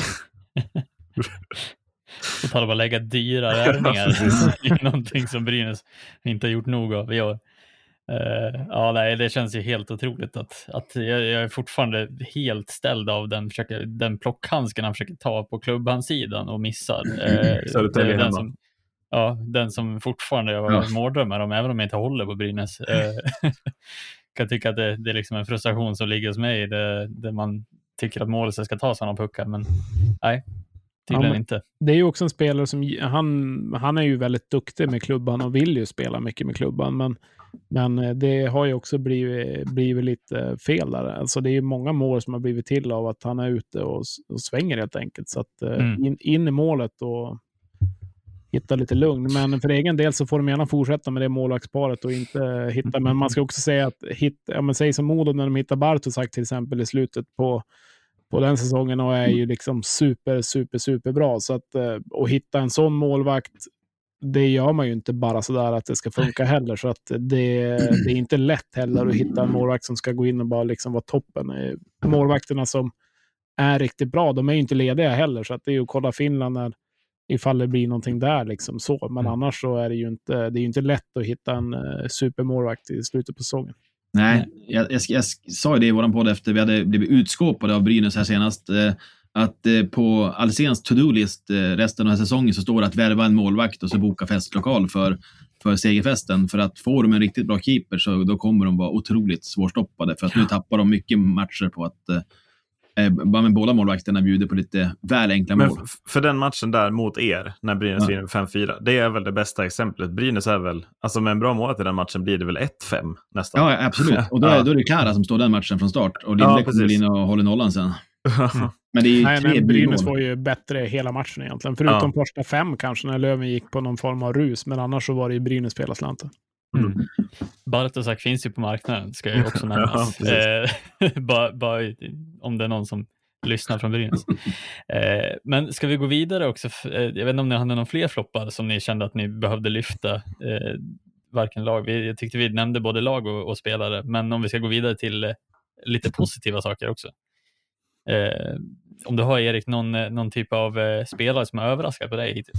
Och tala om att lägga dyra räddningar i någonting som Brynäs inte har gjort nog av i år. Ja, nej, det känns ju helt otroligt att jag är fortfarande helt ställd av den plockhandsken han försöker ta på klubbhandsidan och missar. Den som fortfarande jag mordrömmar om, även om jag inte håller på Brynäs. Kan tycka att det är liksom en frustration som ligger hos mig, där man tycker att målet ska ta sådana puckar, men nej, tydligen inte. Det är ju också en spelare som han är ju väldigt duktig med klubban och vill ju spela mycket med klubban, men det har ju också blivit lite fel där. Alltså det är ju många mål som har blivit till av att han är ute och svänger helt enkelt. Så att in i målet och hitta lite lugn. Men för egen del så får de gärna fortsätta med det målvaktsparet och inte hitta. Men man ska också säga att säg som Modo när de hittar Bartosak till exempel i slutet på den säsongen, och är ju liksom super bra. Så att hitta en sån målvakt, det gör man ju inte bara sådär att det ska funka heller. Så att det är inte lätt heller att hitta en målvakt som ska gå in och bara liksom vara toppen. Målvakterna som är riktigt bra, de är ju inte lediga heller. Så att det är ju att kolla Finland ifall det blir någonting där liksom så. Men annars så är det ju inte lätt att hitta en supermålvakt i slutet på säsongen. Nej, jag sa ju det i våran podd efter vi hade blivit utskåpade av Brynäs här senast, att på Alsens to-do-list resten av säsongen så står det att värva en målvakt och så boka festlokal för segerfesten. För att få de en riktigt bra keeper så då kommer de vara otroligt svårstoppade, för att nu tappar de mycket matcher på att båda målvakterna bjuder på lite väl enkla mål. Men för den matchen där mot er, när Brynäs vinner 5-4, det är väl det bästa exemplet. Brynäs är väl, alltså med en bra mål i den matchen blir det väl 1-5 nästan. Ja, absolut. Och då är det Kara som står den matchen från start. Och Linde kommer in och håller nollan sen. Men det är ju Brynäs var ju bättre hela matchen egentligen. Förutom första 5 kanske, när Löven gick på någon form av rus. Men annars så var det ju Brynäs spela slanten. Bartosak finns ju på marknaden, ska jag också nämnas. Bara om det är någon som lyssnar från Brynäs. Men ska vi gå vidare också? Jag vet inte om ni hade någon fler floppar som ni kände att ni behövde lyfta. Varken lag. Jag tyckte vi nämnde både lag och spelare. Men om vi ska gå vidare till lite positiva saker också. Om du har, Erik, någon typ av spelare som har överraskat på dig hittills?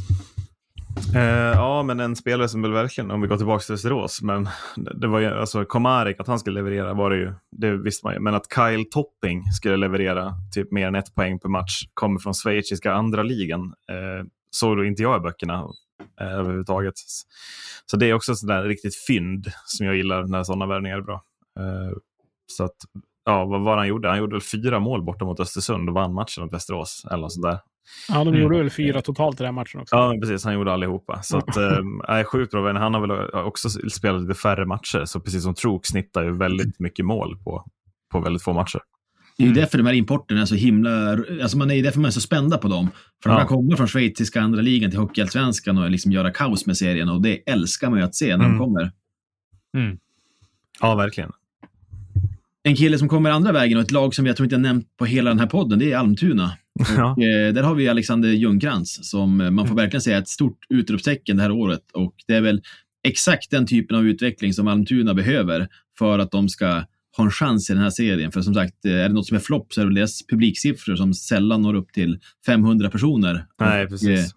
Ja, men en spelare som väl verkligen, om vi går tillbaka till Västerås, men det var ju, alltså Komarek, att han skulle leverera var det ju, det visste man ju, men att Kyle Topping skulle leverera typ mer än 1 poäng per match kommer från schweiziska andra ligan, såg då inte jag i böckerna överhuvudtaget. Så det är också sådär riktigt fynd som jag gillar när sådana värvningar är bra. Så att, ja, vad var han gjorde? Han gjorde väl 4 mål borta mot Östersund och vann matchen mot Västerås eller sådär. Ja, de gjorde väl 4 totalt i den matchen också. Ja, precis. Han gjorde allihopa. Så att, är sjukt bra. Han har väl också spelat lite färre matcher. Så precis som Trok snittar ju väldigt mycket mål på väldigt få matcher. Det är ju därför de här importerna är så himla... Alltså man är ju därför man är så spända på dem. För de kommer från schweiziska andra ligan till Hockeyallsvenskan och liksom göra kaos med serien. Och det älskar man ju att se när de kommer. Ja, verkligen. En kille som kommer andra vägen och ett lag som jag tror inte jag nämnt på hela den här podden, det är Almtuna. Och, där har vi Alexander Ljungcrantz som man får verkligen säga ett stort utropstecken det här året. Och det är väl exakt den typen av utveckling som Almtuna behöver för att de ska ha en chans i den här serien. För som sagt, är det något som är flopp så är det deras publiksiffror som sällan når upp till 500 personer. Nej, precis.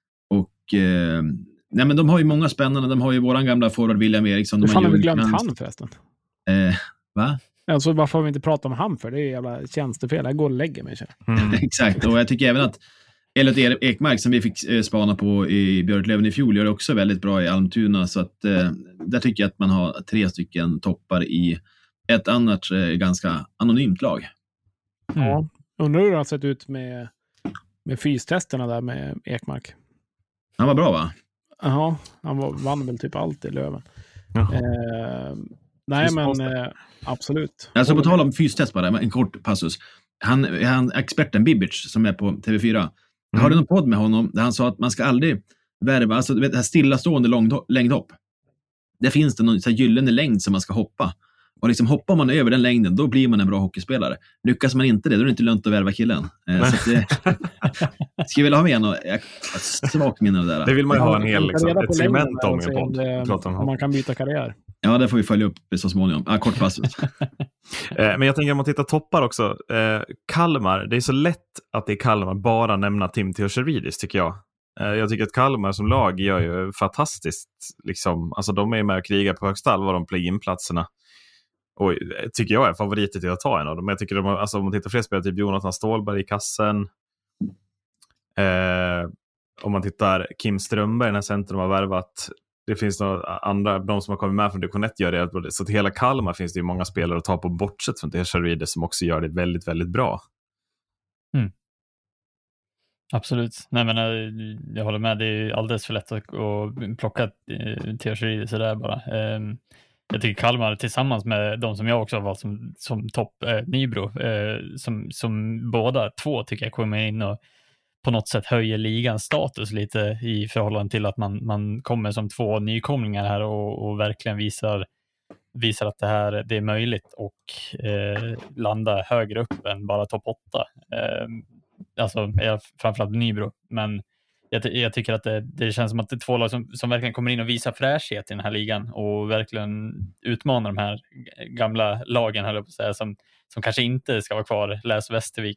Nej, men de har ju många spännande. De har ju våran gamla forward William Eriksson. Hur fan har vi glömt han förresten? Va? Alltså varför har vi inte pratat om han för? Det är jävla tjänstefel. Jag går och lägger mig. Exakt, och jag tycker även att Elliot Ekmark som vi fick spana på i Björklöven i fjol gör det också väldigt bra i Almtuna. Så att där tycker jag att man har 3 stycken toppar i ett annat ganska anonymt lag. Ja, undrar hur det har sett ut med fystesterna där med Ekmark. Han var bra, va? Jaha, vann väl typ allt i Löven. Nej, men absolut. Alltså på tal om fystest bara, en kort passus. Han experten Bibic som är på TV4. Jag hörde någon podd med honom där han sa att man ska aldrig värva, alltså det här stillastående längdhopp. Där finns det någon så här gyllene längd som man ska hoppa. Och liksom hoppar man över den längden, då blir man en bra hockeyspelare. Lyckas man inte det, då är det inte lönt att värva killen. Så att, ska jag vilja ha med en svag minne av det där. Det vill man ju ha en hel ett segment om i en podd. Om man kan byta karriär. Ja, det får vi följa upp så småningom. Kort passus. Men jag tänker om man tittar toppar också. Kalmar, det är så lätt att det är Kalmar bara nämna Tim Teocheridis tycker jag. Jag tycker att Kalmar som lag gör ju fantastiskt. Liksom. Alltså de är med och krigar på högsta allvar de play-in-platserna. Och tycker jag är favoriter till att ta en av dem. Jag tycker alltså, om man tittar fler spelare, typ Jonathan Ståhlberg i kassen. Om man tittar Kim Strömberg, den här centrum har värvat. Det finns några andra, de som har kommit med från Division 1 gör det. Så till hela Kalmar finns det ju många spelare att ta på bortsett från Teocheridis som också gör det väldigt, väldigt bra. Absolut. Nej, men jag håller med. Det är alldeles för lätt att plocka Teocheridis sådär bara. Jag tycker Kalmar tillsammans med de som jag också har valt som topp, Nybro, som båda två tycker jag kommer in och på något sätt höjer ligans status lite i förhållande till att man kommer som 2 nykomlingar här och verkligen visar att det är möjligt och landa högre upp än bara topp 8. Alltså framförallt Nybro, men jag tycker att det känns som att det är 2 lag som verkligen kommer in och visar fräschhet i den här ligan och verkligen utmanar de här gamla lagen, höll jag på att säga, som kanske inte ska vara kvar, läs Västervik.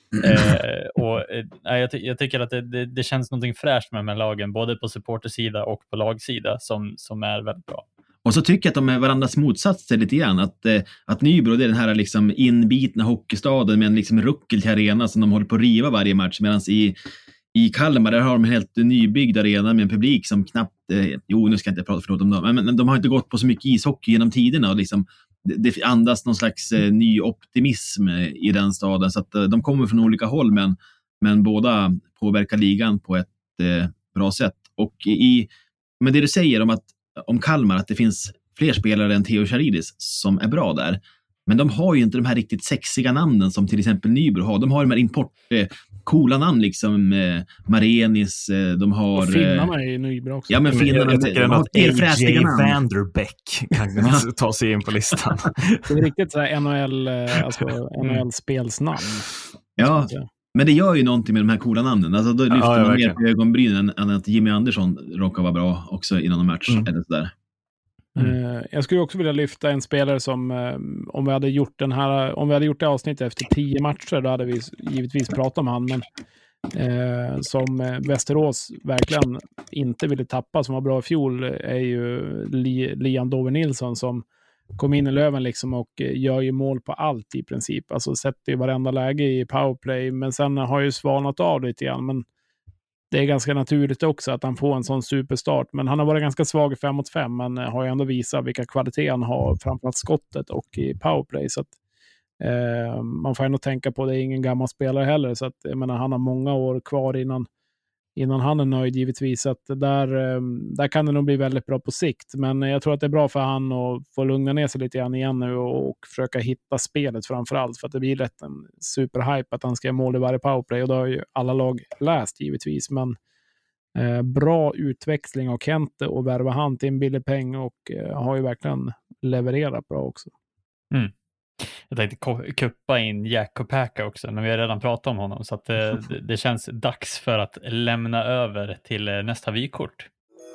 Jag tycker att det känns någonting fräscht med de här lagen, både på supportersida och på lagsida som är väldigt bra. Och så tycker jag att de är varandras motsatser lite grann. Att Nybro, det är den här liksom inbitna hockeystaden med en liksom ruckel till arena som de håller på att riva varje match. Medan i Kalmar där har de en helt nybyggd arena med en publik som knappt... nu ska jag inte prata förlåt om dem. Men de har inte gått på så mycket ishockey genom tiderna. Och liksom, det andas någon slags ny optimism i den staden. Så att de kommer från olika håll men båda påverkar ligan på ett bra sätt. Och men det du säger om Kalmar, att det finns fler spelare än Teocheridis som är bra där. Men de har ju inte de här riktigt sexiga namnen som till exempel Nybro har. De har de här coola namn liksom Marenis, de har... Och finnarna är Nybro också. Ja, men finnarna... Jag tycker att AJ Vanderbeck kan ta sig in på listan. Det är riktigt så här NHL-spelsnamn. Ja, men det gör ju någonting med de här coola namnen. Alltså då lyfter man mer på ögonbrynen än att Jimmy Andersson råkar vara bra också innan en match. Eller sådär. Jag skulle också vilja lyfta en spelare som om vi hade gjort det avsnittet efter 10 matcher, då hade vi givetvis pratat om han, men som Västerås verkligen inte ville tappa, som var bra i fjol, är ju Liam Dover Nilsson som kom in i Löven liksom och gör ju mål på allt i princip. Alltså sätter ju varenda läge i powerplay, men sen har ju svalnat av lite grann, men det är ganska naturligt också att han får en sån superstart. Men han har varit ganska svag i 5-mot-5, men har ju ändå visat vilka kvaliteter han har, framförallt skottet och i powerplay. Så att, man får ändå tänka på det, är ingen gammal spelare heller. Så att, jag menar, han har många år kvar innan han är nöjd givetvis. Att där kan det nog bli väldigt bra på sikt. Men jag tror att det är bra för han att få lugna ner sig lite grann igen nu och försöka hitta spelet framförallt. För att det blir lätt en superhype att han ska göra mål i varje powerplay. Och det har ju alla lag läst givetvis. Men bra utväxling av Kente och värva han till en billig peng och har ju verkligen levererat bra också. Mm. Jag tänkte kuppa in Jack Kopacka också, men vi har redan pratat om honom, så att det känns dags för att lämna över till nästa vykort.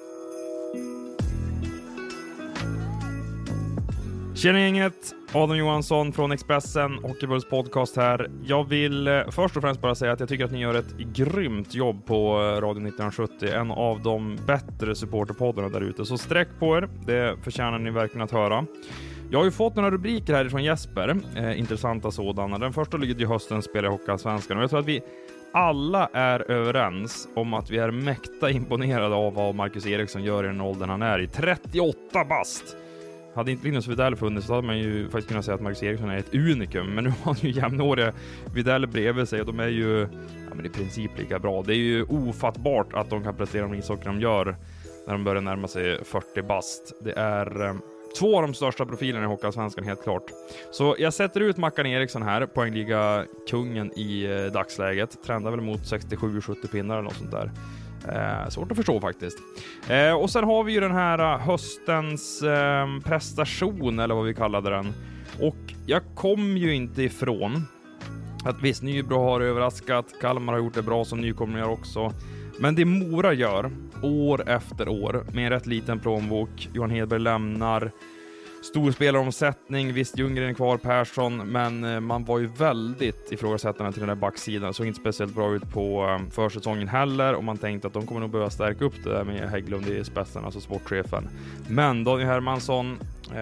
Tjena gänget, Adam Johansson från Expressen, Hockeypulls podcast här. Jag vill först och främst bara säga att jag tycker att ni gör ett grymt jobb på Radio 1970. En av de bättre supporterpoddarna där ute. Så sträck på er, det förtjänar ni verkligen att höra. Jag har ju fått några rubriker härifrån Jesper, intressanta sådana. Den första lyder ju höstens spel i Hockeyallsvenskan. Och jag tror att vi alla är överens om att vi är mäkta imponerade av vad Marcus Eriksson gör i den åldern han är i. 38 bast! Hade inte Linus Widell funnits så hade man ju faktiskt kunnat säga att Marcus Eriksson är ett unikum. Men nu har han ju jämnåriga Widell bredvid sig och de är ju i princip lika bra. Det är ju ofattbart att de kan prestera de ishockey de gör när de börjar närma sig 40 bast. Det är två av de största profilerna i Hockeyallsvenskan helt klart. Så jag sätter ut Mackan Eriksson här, poängliga kungen i dagsläget. Trendar väl mot 67-70 pinnar eller något sånt där. Svårt att förstå faktiskt. Och sen har vi ju den här höstens prestation, eller vad vi kallade den. Och jag kom ju inte ifrån att visst, Nybro har överraskat, Kalmar har gjort det bra som nykomlingar också. Men det Mora gör år efter år med en rätt liten plånbok, Johan Hedberg lämnar, stor spelaromsättning, visst Ljunggren är kvar, Persson, men man var ju väldigt ifrågasättande till den där backsidan. Såg inte speciellt bra ut på försäsongen heller, och man tänkte att de kommer nog behöva stärka upp det där med Hägglund i spetsen, alltså sportchefen. Men Daniel Hermansson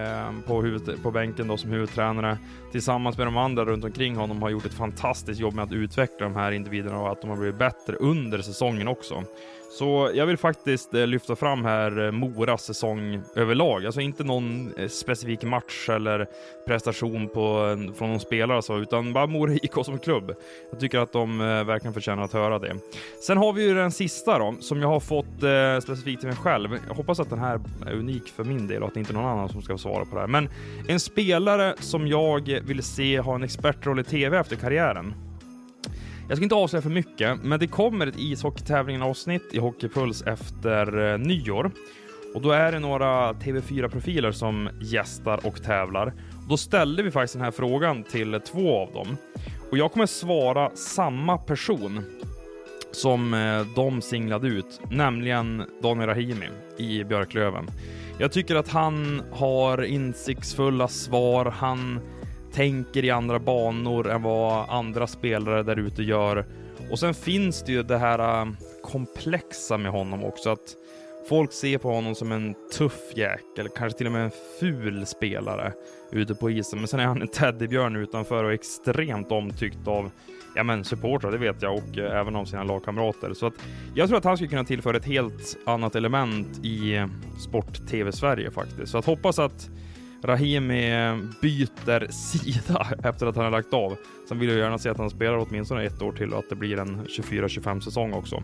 på bänken då som huvudtränare tillsammans med de andra runt omkring honom har gjort ett fantastiskt jobb med att utveckla de här individerna och att de har blivit bättre under säsongen också. Så jag vill faktiskt lyfta fram här Moras säsong överlag. Alltså inte någon specifik match eller prestation från någon spelare så, utan bara Mora IK som klubb. Jag tycker att de verkligen förtjänar att höra det. Sen har vi ju den sista då, som jag har fått specifikt till mig själv. Jag hoppas att den här är unik för min del och att det inte är någon annan som ska svara på det här. Men en spelare som jag vill se ha en expertroll i TV efter karriären. Jag ska inte avslöja för mycket, men det kommer ett ishockeytävlingen-avsnitt i Hockeypuls efter nyår. Och då är det några TV4-profiler som gästar och tävlar. Då ställde vi faktiskt den här frågan till två av dem. Och jag kommer svara samma person som de singlade ut, nämligen Daniel Rahimi i Björklöven. Jag tycker att han har insiktsfulla svar, han tänker i andra banor än vad andra spelare där ute gör. Och sen finns det ju det här komplexa med honom också, att folk ser på honom som en tuff jäkel, kanske till och med en ful spelare ute på isen. Men sen är han en teddybjörn utanför och extremt omtyckt av supportrar, det vet jag, och även av sina lagkamrater. Så att jag tror att han skulle kunna tillföra ett helt annat element i sport-tv-Sverige faktiskt. Så att hoppas att Rahimi byter sida efter att han har lagt av. Sen vill jag gärna se att han spelar åtminstone ett år till och att det blir en 24-25 säsong också.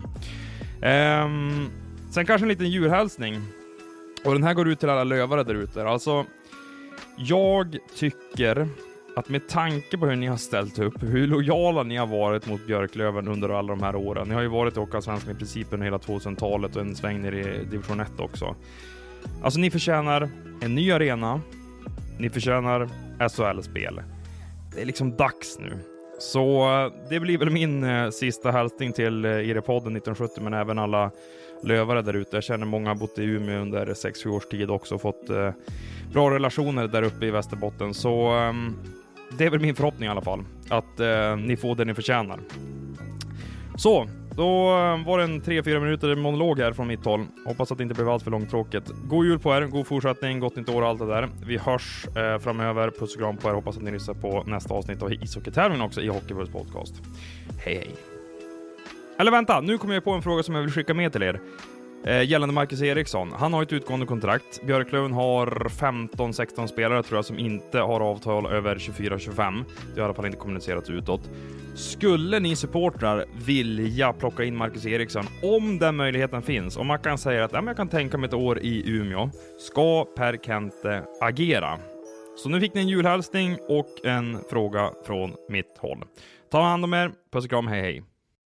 Sen kanske en liten djurhälsning. Och den här går ut till alla lövare där ute. Alltså, jag tycker att med tanke på hur ni har ställt upp, hur lojala ni har varit mot Björklöven under alla de här åren. Ni har ju varit i Hockeyallsvenskan i princip under hela 2000-talet och en sväng ner i division 1 också. Alltså ni förtjänar en ny arena. Ni förtjänar SHL-spel. Det är liksom dags nu. Så det blir väl min sista hälsning till IRE-podden 1970, men även alla lövare där ute. Jag känner många har bott i Umeå under 6-7 års tid också och fått bra relationer där uppe i Västerbotten. Så det är väl min förhoppning i alla fall, att ni får det ni förtjänar. Så, då var det en 3-4 minuter monolog här från mitt håll. Hoppas att det inte blev allt för långtråkigt. God jul på er, god fortsättning, gott nytt år och allt det där. Vi hörs framöver. Puss och kram på er. Hoppas att ni lyssnar på nästa avsnitt av ishockeytävlingen också i Hockeypulls podcast. Hej hej. Eller vänta, nu kommer jag på en fråga som jag vill skicka med till er. Gällande Marcus Eriksson, han har ett utgående kontrakt. Björklöven har 15-16 spelare tror jag som inte har avtal över 24-25. Det har i alla fall inte kommunicerats utåt. Skulle ni supportrar vilja plocka in Marcus Eriksson om den möjligheten finns? Om Mackan säger att jag kan tänka mig ett år i Umeå, ska Per Kente agera? Så nu fick ni en julhälsning och en fråga från mitt håll. Ta hand om er, puss och kram, hej hej.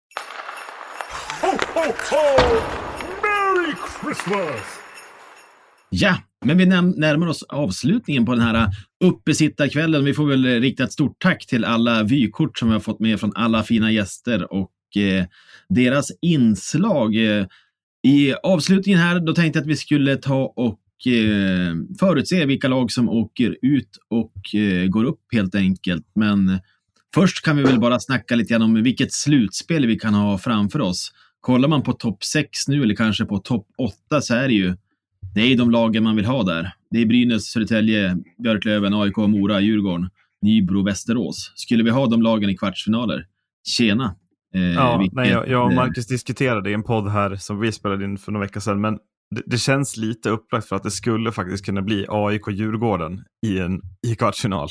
Ho, ho, ho! Merry Christmas! Ja, men vi närmar oss avslutningen på den här uppesittarkvällen. Vi får väl rikta ett stort tack till alla vykort som vi har fått med från alla fina gäster och deras inslag. I avslutningen här, då tänkte jag att vi skulle ta och förutse vilka lag som åker ut och går upp helt enkelt. Men först kan vi väl bara snacka lite grann om vilket slutspel vi kan ha framför oss. Kollar man på topp 6 nu eller kanske på topp 8 så är det är de lagen man vill ha där. Det är Brynäs, Södertälje, Björklöven, AIK, Mora, Djurgården, Nybro, Västerås. Skulle vi ha de lagen i kvartsfinaler? Tjena! Jag och Marcus diskuterade i en podd här som vi spelade in för några veckor sedan, men det känns lite upplagt för att det skulle faktiskt kunna bli AIK-Djurgården i kvartsfinal.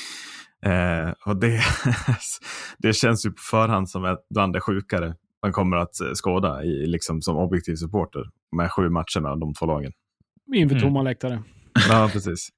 Och det känns ju på förhand som ett bland det sjukare man kommer att skåda liksom som objektiv supporter med 7 matcher mellan de 2 lagen. Inför tomma läktare. Ja, precis.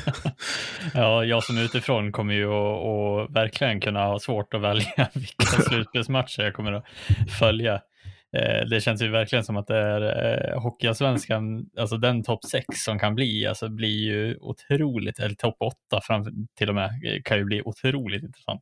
Ja, jag som utifrån kommer ju att verkligen kunna ha svårt att välja vilka slutspelsmatcher jag kommer att följa. Det känns ju verkligen som att det är Hockeyallsvenskan, alltså den topp 6 som kan bli, alltså blir ju otroligt, eller topp 8 till och med, kan ju bli otroligt intressant.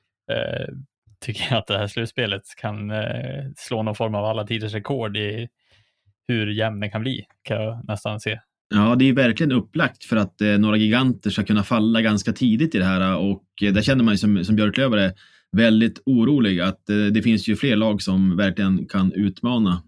Tycker jag att det här slutspelet kan slå någon form av alla tiders rekord i hur jämn det kan bli, kan jag nästan se. Ja, det är verkligen upplagt för att några giganter ska kunna falla ganska tidigt i det här, och där känner man ju som Björklövare väldigt orolig att det finns ju fler lag som verkligen kan utmana.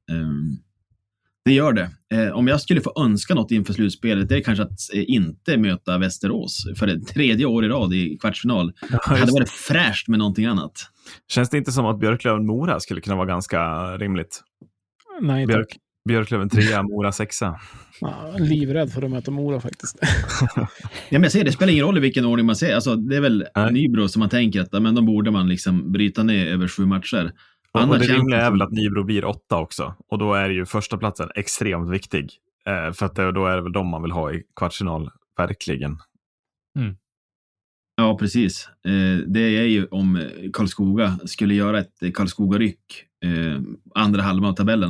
Det gör det. Om jag skulle få önska något inför slutspelet, det är kanske att inte möta Västerås för det 3:e år i rad i kvartsfinal. Det hade varit fräscht med någonting annat. Känns det inte som att Björklöven-Mora skulle kunna vara ganska rimligt? Nej, tack. Björklöven 3, Mora 6. Ja, livrädd för att möta Mora faktiskt. Ja, men jag ser, det spelar ingen roll i vilken ordning man ser. Alltså, det är väl Nybro som man tänker att men de borde man liksom bryta ner över 7 matcher. Och det rimliga är väl att Nybro blir 8 också. Och då är ju första platsen extremt viktig. För att då är det väl de man vill ha i kvartsfinal, verkligen. Mm. Ja, precis. Det är ju om Karlskoga skulle göra ett Karlskoga-ryck andra halvan av tabellen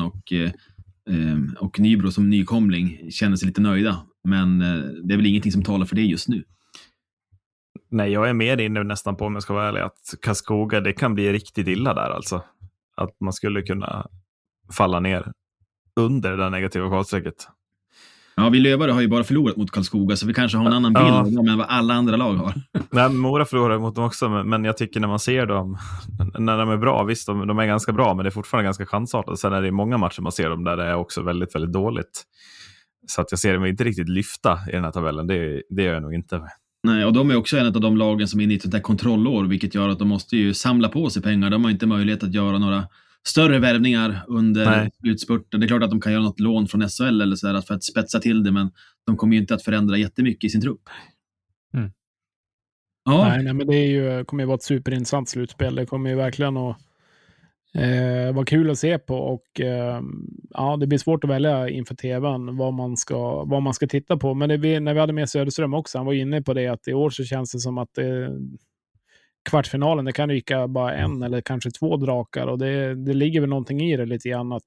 och Nybro som nykomling känner sig lite nöjda. Men det är väl ingenting som talar för det just nu. Nej, jag är med inne nästan på, om jag ska vara ärlig, att Karlskoga, det kan bli riktigt illa där alltså. Att man skulle kunna falla ner under det negativa kvalstrecket. Ja, vi Lövare har ju bara förlorat mot Karlskoga, så vi kanske har en annan bild av dem än vad alla andra lag har. Nej, Mora förlorar mot dem också, men jag tycker när man ser dem, när de är bra, visst, de är ganska bra, men det är fortfarande ganska chansartat. Sen är det många matcher man ser dem där det är också väldigt, väldigt dåligt. Så att jag ser dem inte riktigt lyfta i den här tabellen, det gör jag nog inte. Nej, och de är också en av de lagen som är inne i ett sånt där kontrollår, vilket gör att de måste ju samla på sig pengar. De har inte möjlighet att göra några större värvningar under utspurten. Det är klart att de kan göra något lån från SHL eller så där för att spetsa till det, men de kommer ju inte att förändra jättemycket i sin trupp. Mm. Ja. Nej, men det kommer ju vara ett superintressant slutspel. Det kommer ju verkligen att vara kul att se på, och det blir svårt att välja inför tvn vad man ska titta på. Men när vi hade med Söderström också, han var inne på det, att i år så känns det som att kvartsfinalen, det kan ryka bara 1 eller kanske 2 drakar, och det ligger väl någonting i det lite grann att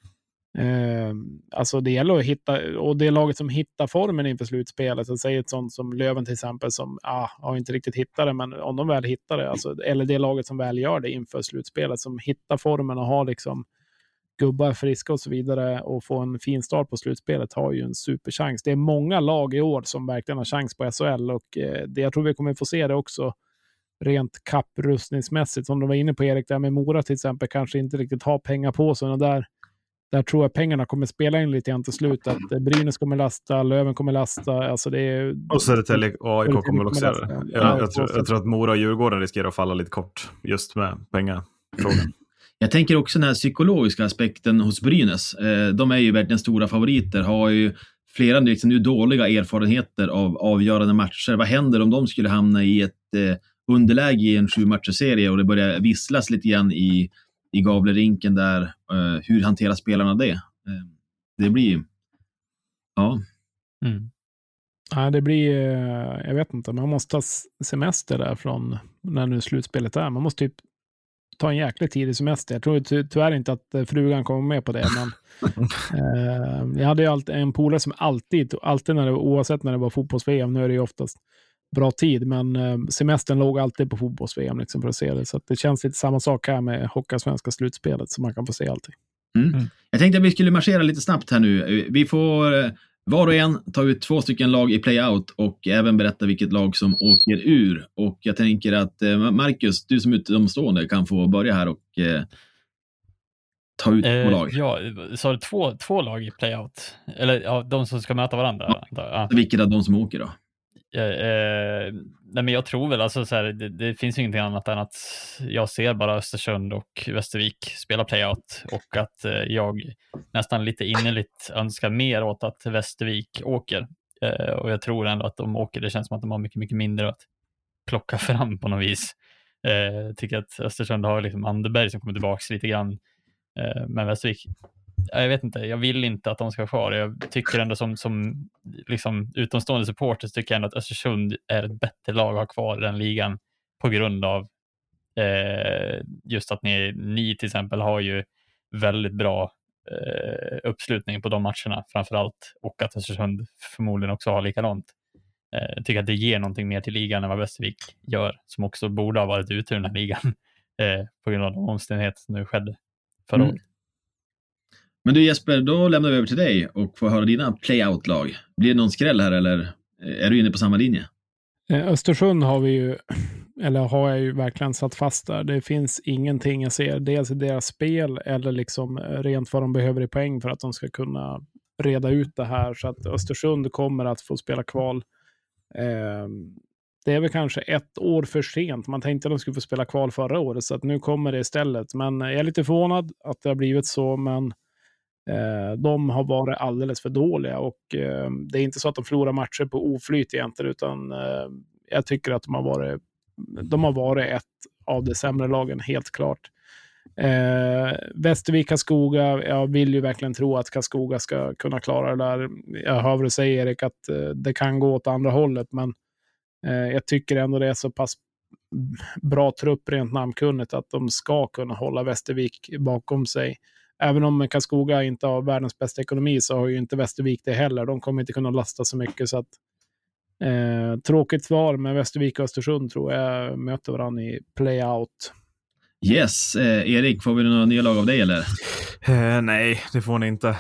alltså det gäller att hitta, och det är laget som hittar formen inför slutspelet. Jag säger ett sånt som Löven till exempel, som har inte riktigt hittat det, men om de väl hittar det, alltså, eller det laget som väl gör det inför slutspelet, som hittar formen och har liksom gubbar friska och så vidare och få en fin start på slutspelet, har ju en superchans. Det är många lag i år som verkligen har chans på SHL, och jag tror vi kommer få se det också rent kapprustningsmässigt, som de var inne på, Erik, där med Mora till exempel kanske inte riktigt har pengar på sig, och där tror jag pengarna kommer spela in lite grann till slut, att Brynäs kommer lasta, Löven kommer lasta, alltså det är... Och Södertälje och AIK kommer också göra det. Jag tror att Mora och Djurgården riskerar att falla lite kort just med pengafrågan. Jag tänker också den här psykologiska aspekten hos Brynäs. De är ju verkligen stora favoriter, har ju flera liksom nu dåliga erfarenheter av avgörande matcher. Vad händer om de skulle hamna i ett underläge i en 7-matcherserie och det börjar visslas lite grann i Gavlerinken där? Hur hanterar spelarna det? Det blir ja. Ja, det blir, jag vet inte, man måste ha semester där från när nu slutspelet är. Man måste typ ta en jäkligt tidig semester. Jag tror tyvärr inte att frugan kommer med på det, men jag hade ju alltid en polare som alltid när det, oavsett när det var fotbolls-VM, nu är det ju oftast bra tid, men semestern låg alltid på fotbolls-VM liksom för att se det. Så att det känns lite samma sak här med Hockeyallsvenska slutspelet, så man kan få se allting. Jag tänkte att vi skulle marschera lite snabbt här nu. Vi får var och en ta ut 2 stycken lag i playout och även berätta vilket lag som åker ur. Och jag tänker att Marcus, du som utomstående kan få börja här och ta ut 2 lag. Ja, så är det två lag i playout? Eller ja, de som ska möta varandra? Ja. Vilket av de som åker då? Nej, men jag tror väl alltså så här, det finns ju ingenting annat än att jag ser bara Östersund och Västervik spela playout, och att jag nästan lite innerligt önskar mer åt att Västervik åker, och jag tror ändå att de åker. Det känns som att de har mycket, mycket mindre att plocka fram på något vis. Tycker att Östersund har liksom Anderberg som kommer tillbaka lite grann, men Västervik, jag vet inte, jag vill inte att de ska vara kvar. Jag tycker ändå som liksom utomstående supporters tycker jag ändå att Östersund är ett bättre lag att ha kvar i den ligan, på grund av just att ni till exempel har ju väldigt bra uppslutning på de matcherna framförallt, och att Östersund förmodligen också har likadant. Jag tycker att det ger någonting mer till ligan än vad Västervik gör, som också borde ha varit ute ur den här ligan på grund av de omständigheter som nu skedde förra året. Men du Jesper, då lämnar vi över till dig och får höra dina playout-lag. Blir det någon skräll här eller är du inne på samma linje? Östersund har jag ju verkligen satt fast där. Det finns ingenting jag ser, dels i deras spel eller liksom rent vad de behöver i poäng för att de ska kunna reda ut det här. Så att Östersund kommer att få spela kval. Det är väl kanske 1 år för sent. Man tänkte att de skulle få spela kval förra året, så att nu kommer det istället. Men jag är lite förvånad att det har blivit så, men de har varit alldeles för dåliga, och det är inte så att de förlorar matcher på oflyt egentligen, utan jag tycker att de har varit ett av de sämre lagen, helt klart. Västervik, Karlskoga, jag vill ju verkligen tro att Karlskoga ska kunna klara det där. Jag hör vad du säger, Erik, att det kan gå åt andra hållet, men jag tycker ändå det är så pass bra trupp rent namnkunnigt att de ska kunna hålla Västervik bakom sig. Även om Karlskoga inte har världens bästa ekonomi, så har ju inte Västervik det heller. De kommer inte kunna lasta så mycket, så att tråkigt svar, men Västervik och Östersund tror jag möter varandra i playout. Yes, Erik, får vi några nya lag av dig eller? Nej, det får ni inte.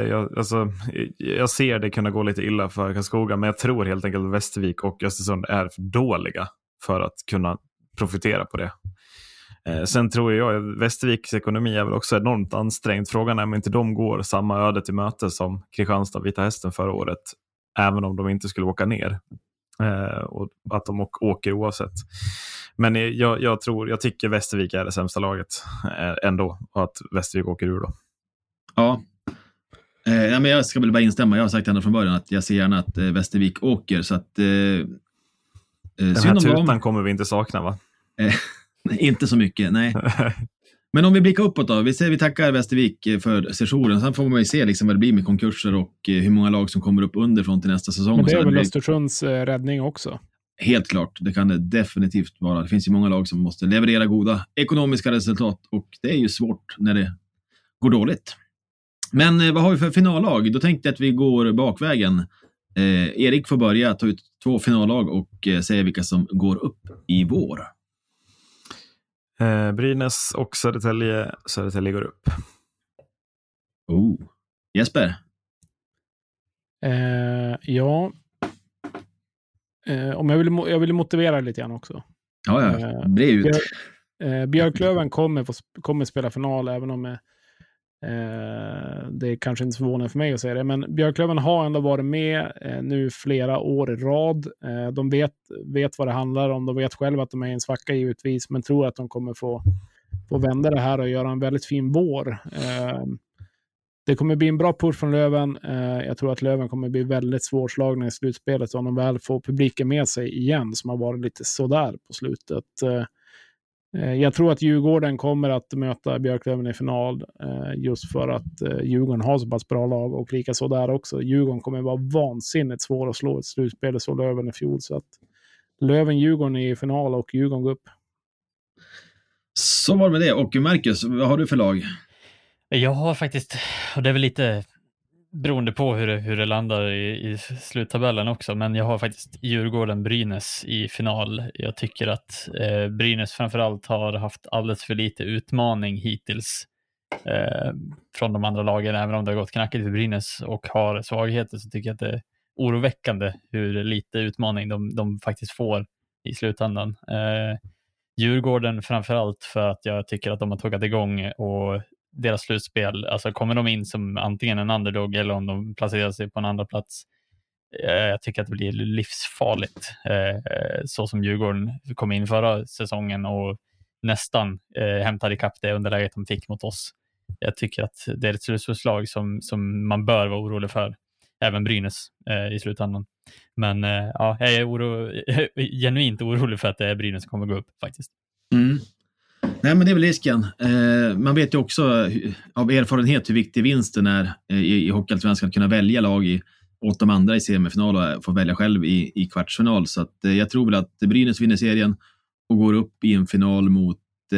Jag ser det kunna gå lite illa för Karlskoga, men jag tror helt enkelt att Västervik och Östersund är för dåliga för att kunna profitera på det. Sen tror jag att Västerviks ekonomi är väl också enormt ansträngd. Frågan är om inte de går samma öde till möte som Kristianstad, Vita Hästen förra året, även om de inte skulle åka ner. Och att de åker oavsett. Men jag tycker Västervik är det sämsta laget ändå, och att Västervik åker ur då. Ja. Men jag ska väl bara instämma. Jag har sagt ända från början att jag ser gärna att Västervik åker, så att den här tutan kommer vi inte sakna, va? Inte så mycket, nej. Men om vi blickar uppåt då, vi tackar Västervik för sessionen. Sen får man ju se liksom vad det blir med konkurser och hur många lag som kommer upp underifrån till nästa säsong. Men det är väl Östersunds räddning också? Helt klart, det kan det definitivt vara. Det finns ju många lag som måste leverera goda ekonomiska resultat, och det är ju svårt när det går dåligt. Men vad har vi för finallag? Då tänkte jag att vi går bakvägen. Erik får börja ta ut 2 finallag och säga vilka som går upp i vår. Brynäs och Södertälje går upp. Jesper? Ja. Om jag vill motivera lite grann också. Ja, bred ut. Björklöven kommer spela final, även om det är kanske inte så förvånande för mig att säga det, men Björklöven har ändå varit med nu flera år i rad. De vet vad det handlar om. De vet själva att de är en svacka givetvis, men tror att de kommer vända det här och göra en väldigt fin vår. Det kommer bli en bra push från Löven. Jag tror att Löven kommer bli väldigt svårslagna i slutspelet om de väl får publiken med sig igen, som har varit lite sådär på slutet. Jag tror att Djurgården kommer att möta Björklöven i final just för att Djurgården har så pass bra lag, och lika så där också. Djurgården kommer vara vansinnigt svår att slå ett slutspel, så Löven i fjol. Så att Löven-Djurgården är i final och Djurgården går upp. Så var det med det. Och Marcus, vad har du för lag? Jag har faktiskt, och det är väl lite beroende på hur det landar i sluttabellen också, men jag har faktiskt Djurgården-Brynäs i final. Jag tycker att Brynäs framförallt har haft alldeles för lite utmaning hittills från de andra lagen. Även om det har gått knackigt för Brynäs och har svagheter, så tycker jag att det är oroväckande hur lite utmaning de faktiskt får i slutändan. Djurgården framförallt för att jag tycker att de har tagit igång, och deras slutspel, alltså kommer de in som antingen en underdog eller om de placerar sig på en andra plats, jag tycker att det blir livsfarligt, så som Djurgården kom in förra säsongen och nästan hämtade ikapp det underläget de fick mot oss. Jag tycker att det är ett slutspelslag som man bör vara orolig för, även Brynäs i slutändan. Men ja, jag är genuint orolig för att det är Brynäs som kommer gå upp faktiskt. Nej, men det är väl risken. Man vet ju också av erfarenhet hur viktig vinsten är i Hockeyallsvenskan, att kunna välja lag åt de andra i semifinal och få välja själv i kvartsfinal. Så att, jag tror väl att Brynäs vinner serien och går upp i en final mot...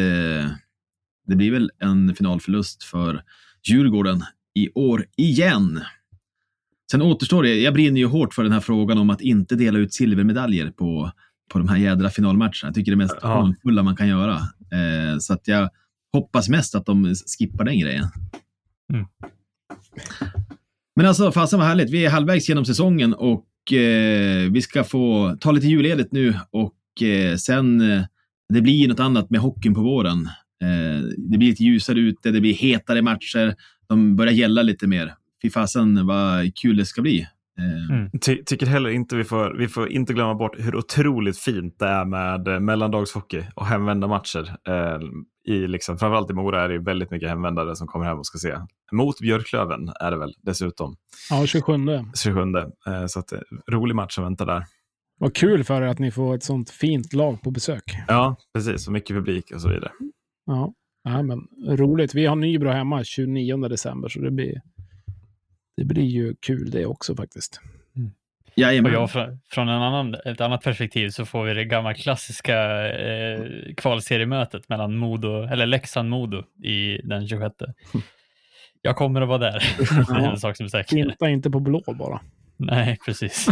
det blir väl en finalförlust för Djurgården i år igen. Sen återstår det, jag brinner ju hårt för den här frågan om att inte dela ut silvermedaljer på de här jädra finalmatcherna. Jag tycker det är mest hånfulla man kan göra. Så att jag hoppas mest att de skippar den grejen. Men alltså, fasen var härligt. Vi är halvvägs genom säsongen och vi ska få ta lite julledigt nu, och sen det blir något annat med hockeyn på våren. Det blir lite ljusare ute, det blir hetare matcher, de börjar gälla lite mer. Fy fasen vad kul det ska bli. Tycker heller inte vi får inte glömma bort hur otroligt fint det är med mellandagshockey och hemvända matcher. Framförallt i Mora är det väldigt mycket hemvändare som kommer hem och ska se. Mot Björklöven är det väl dessutom. Ja, 27. Så att rolig match som väntar där. Vad kul för er att ni får ett sånt fint lag på besök. Ja, precis. Så mycket publik och så vidare. Ja, men roligt. Vi har Nybro hemma 29 december, så det blir ju kul det också faktiskt. Och jag från ett annat perspektiv så får vi det gamla klassiska kvalseriemötet mellan Leksand-Modo i den 26. Jag kommer att vara där. Det är en sak som är säker. Inte på blå bara. Nej, precis.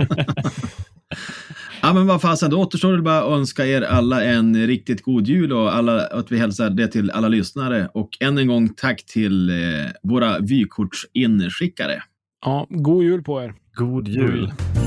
Ja, men vad fasen, då återstår det bara att önska er alla en riktigt god jul, och att vi hälsar det till alla lyssnare. Och än en gång tack till våra vykortsinskickare. Ja, god jul på er. God jul.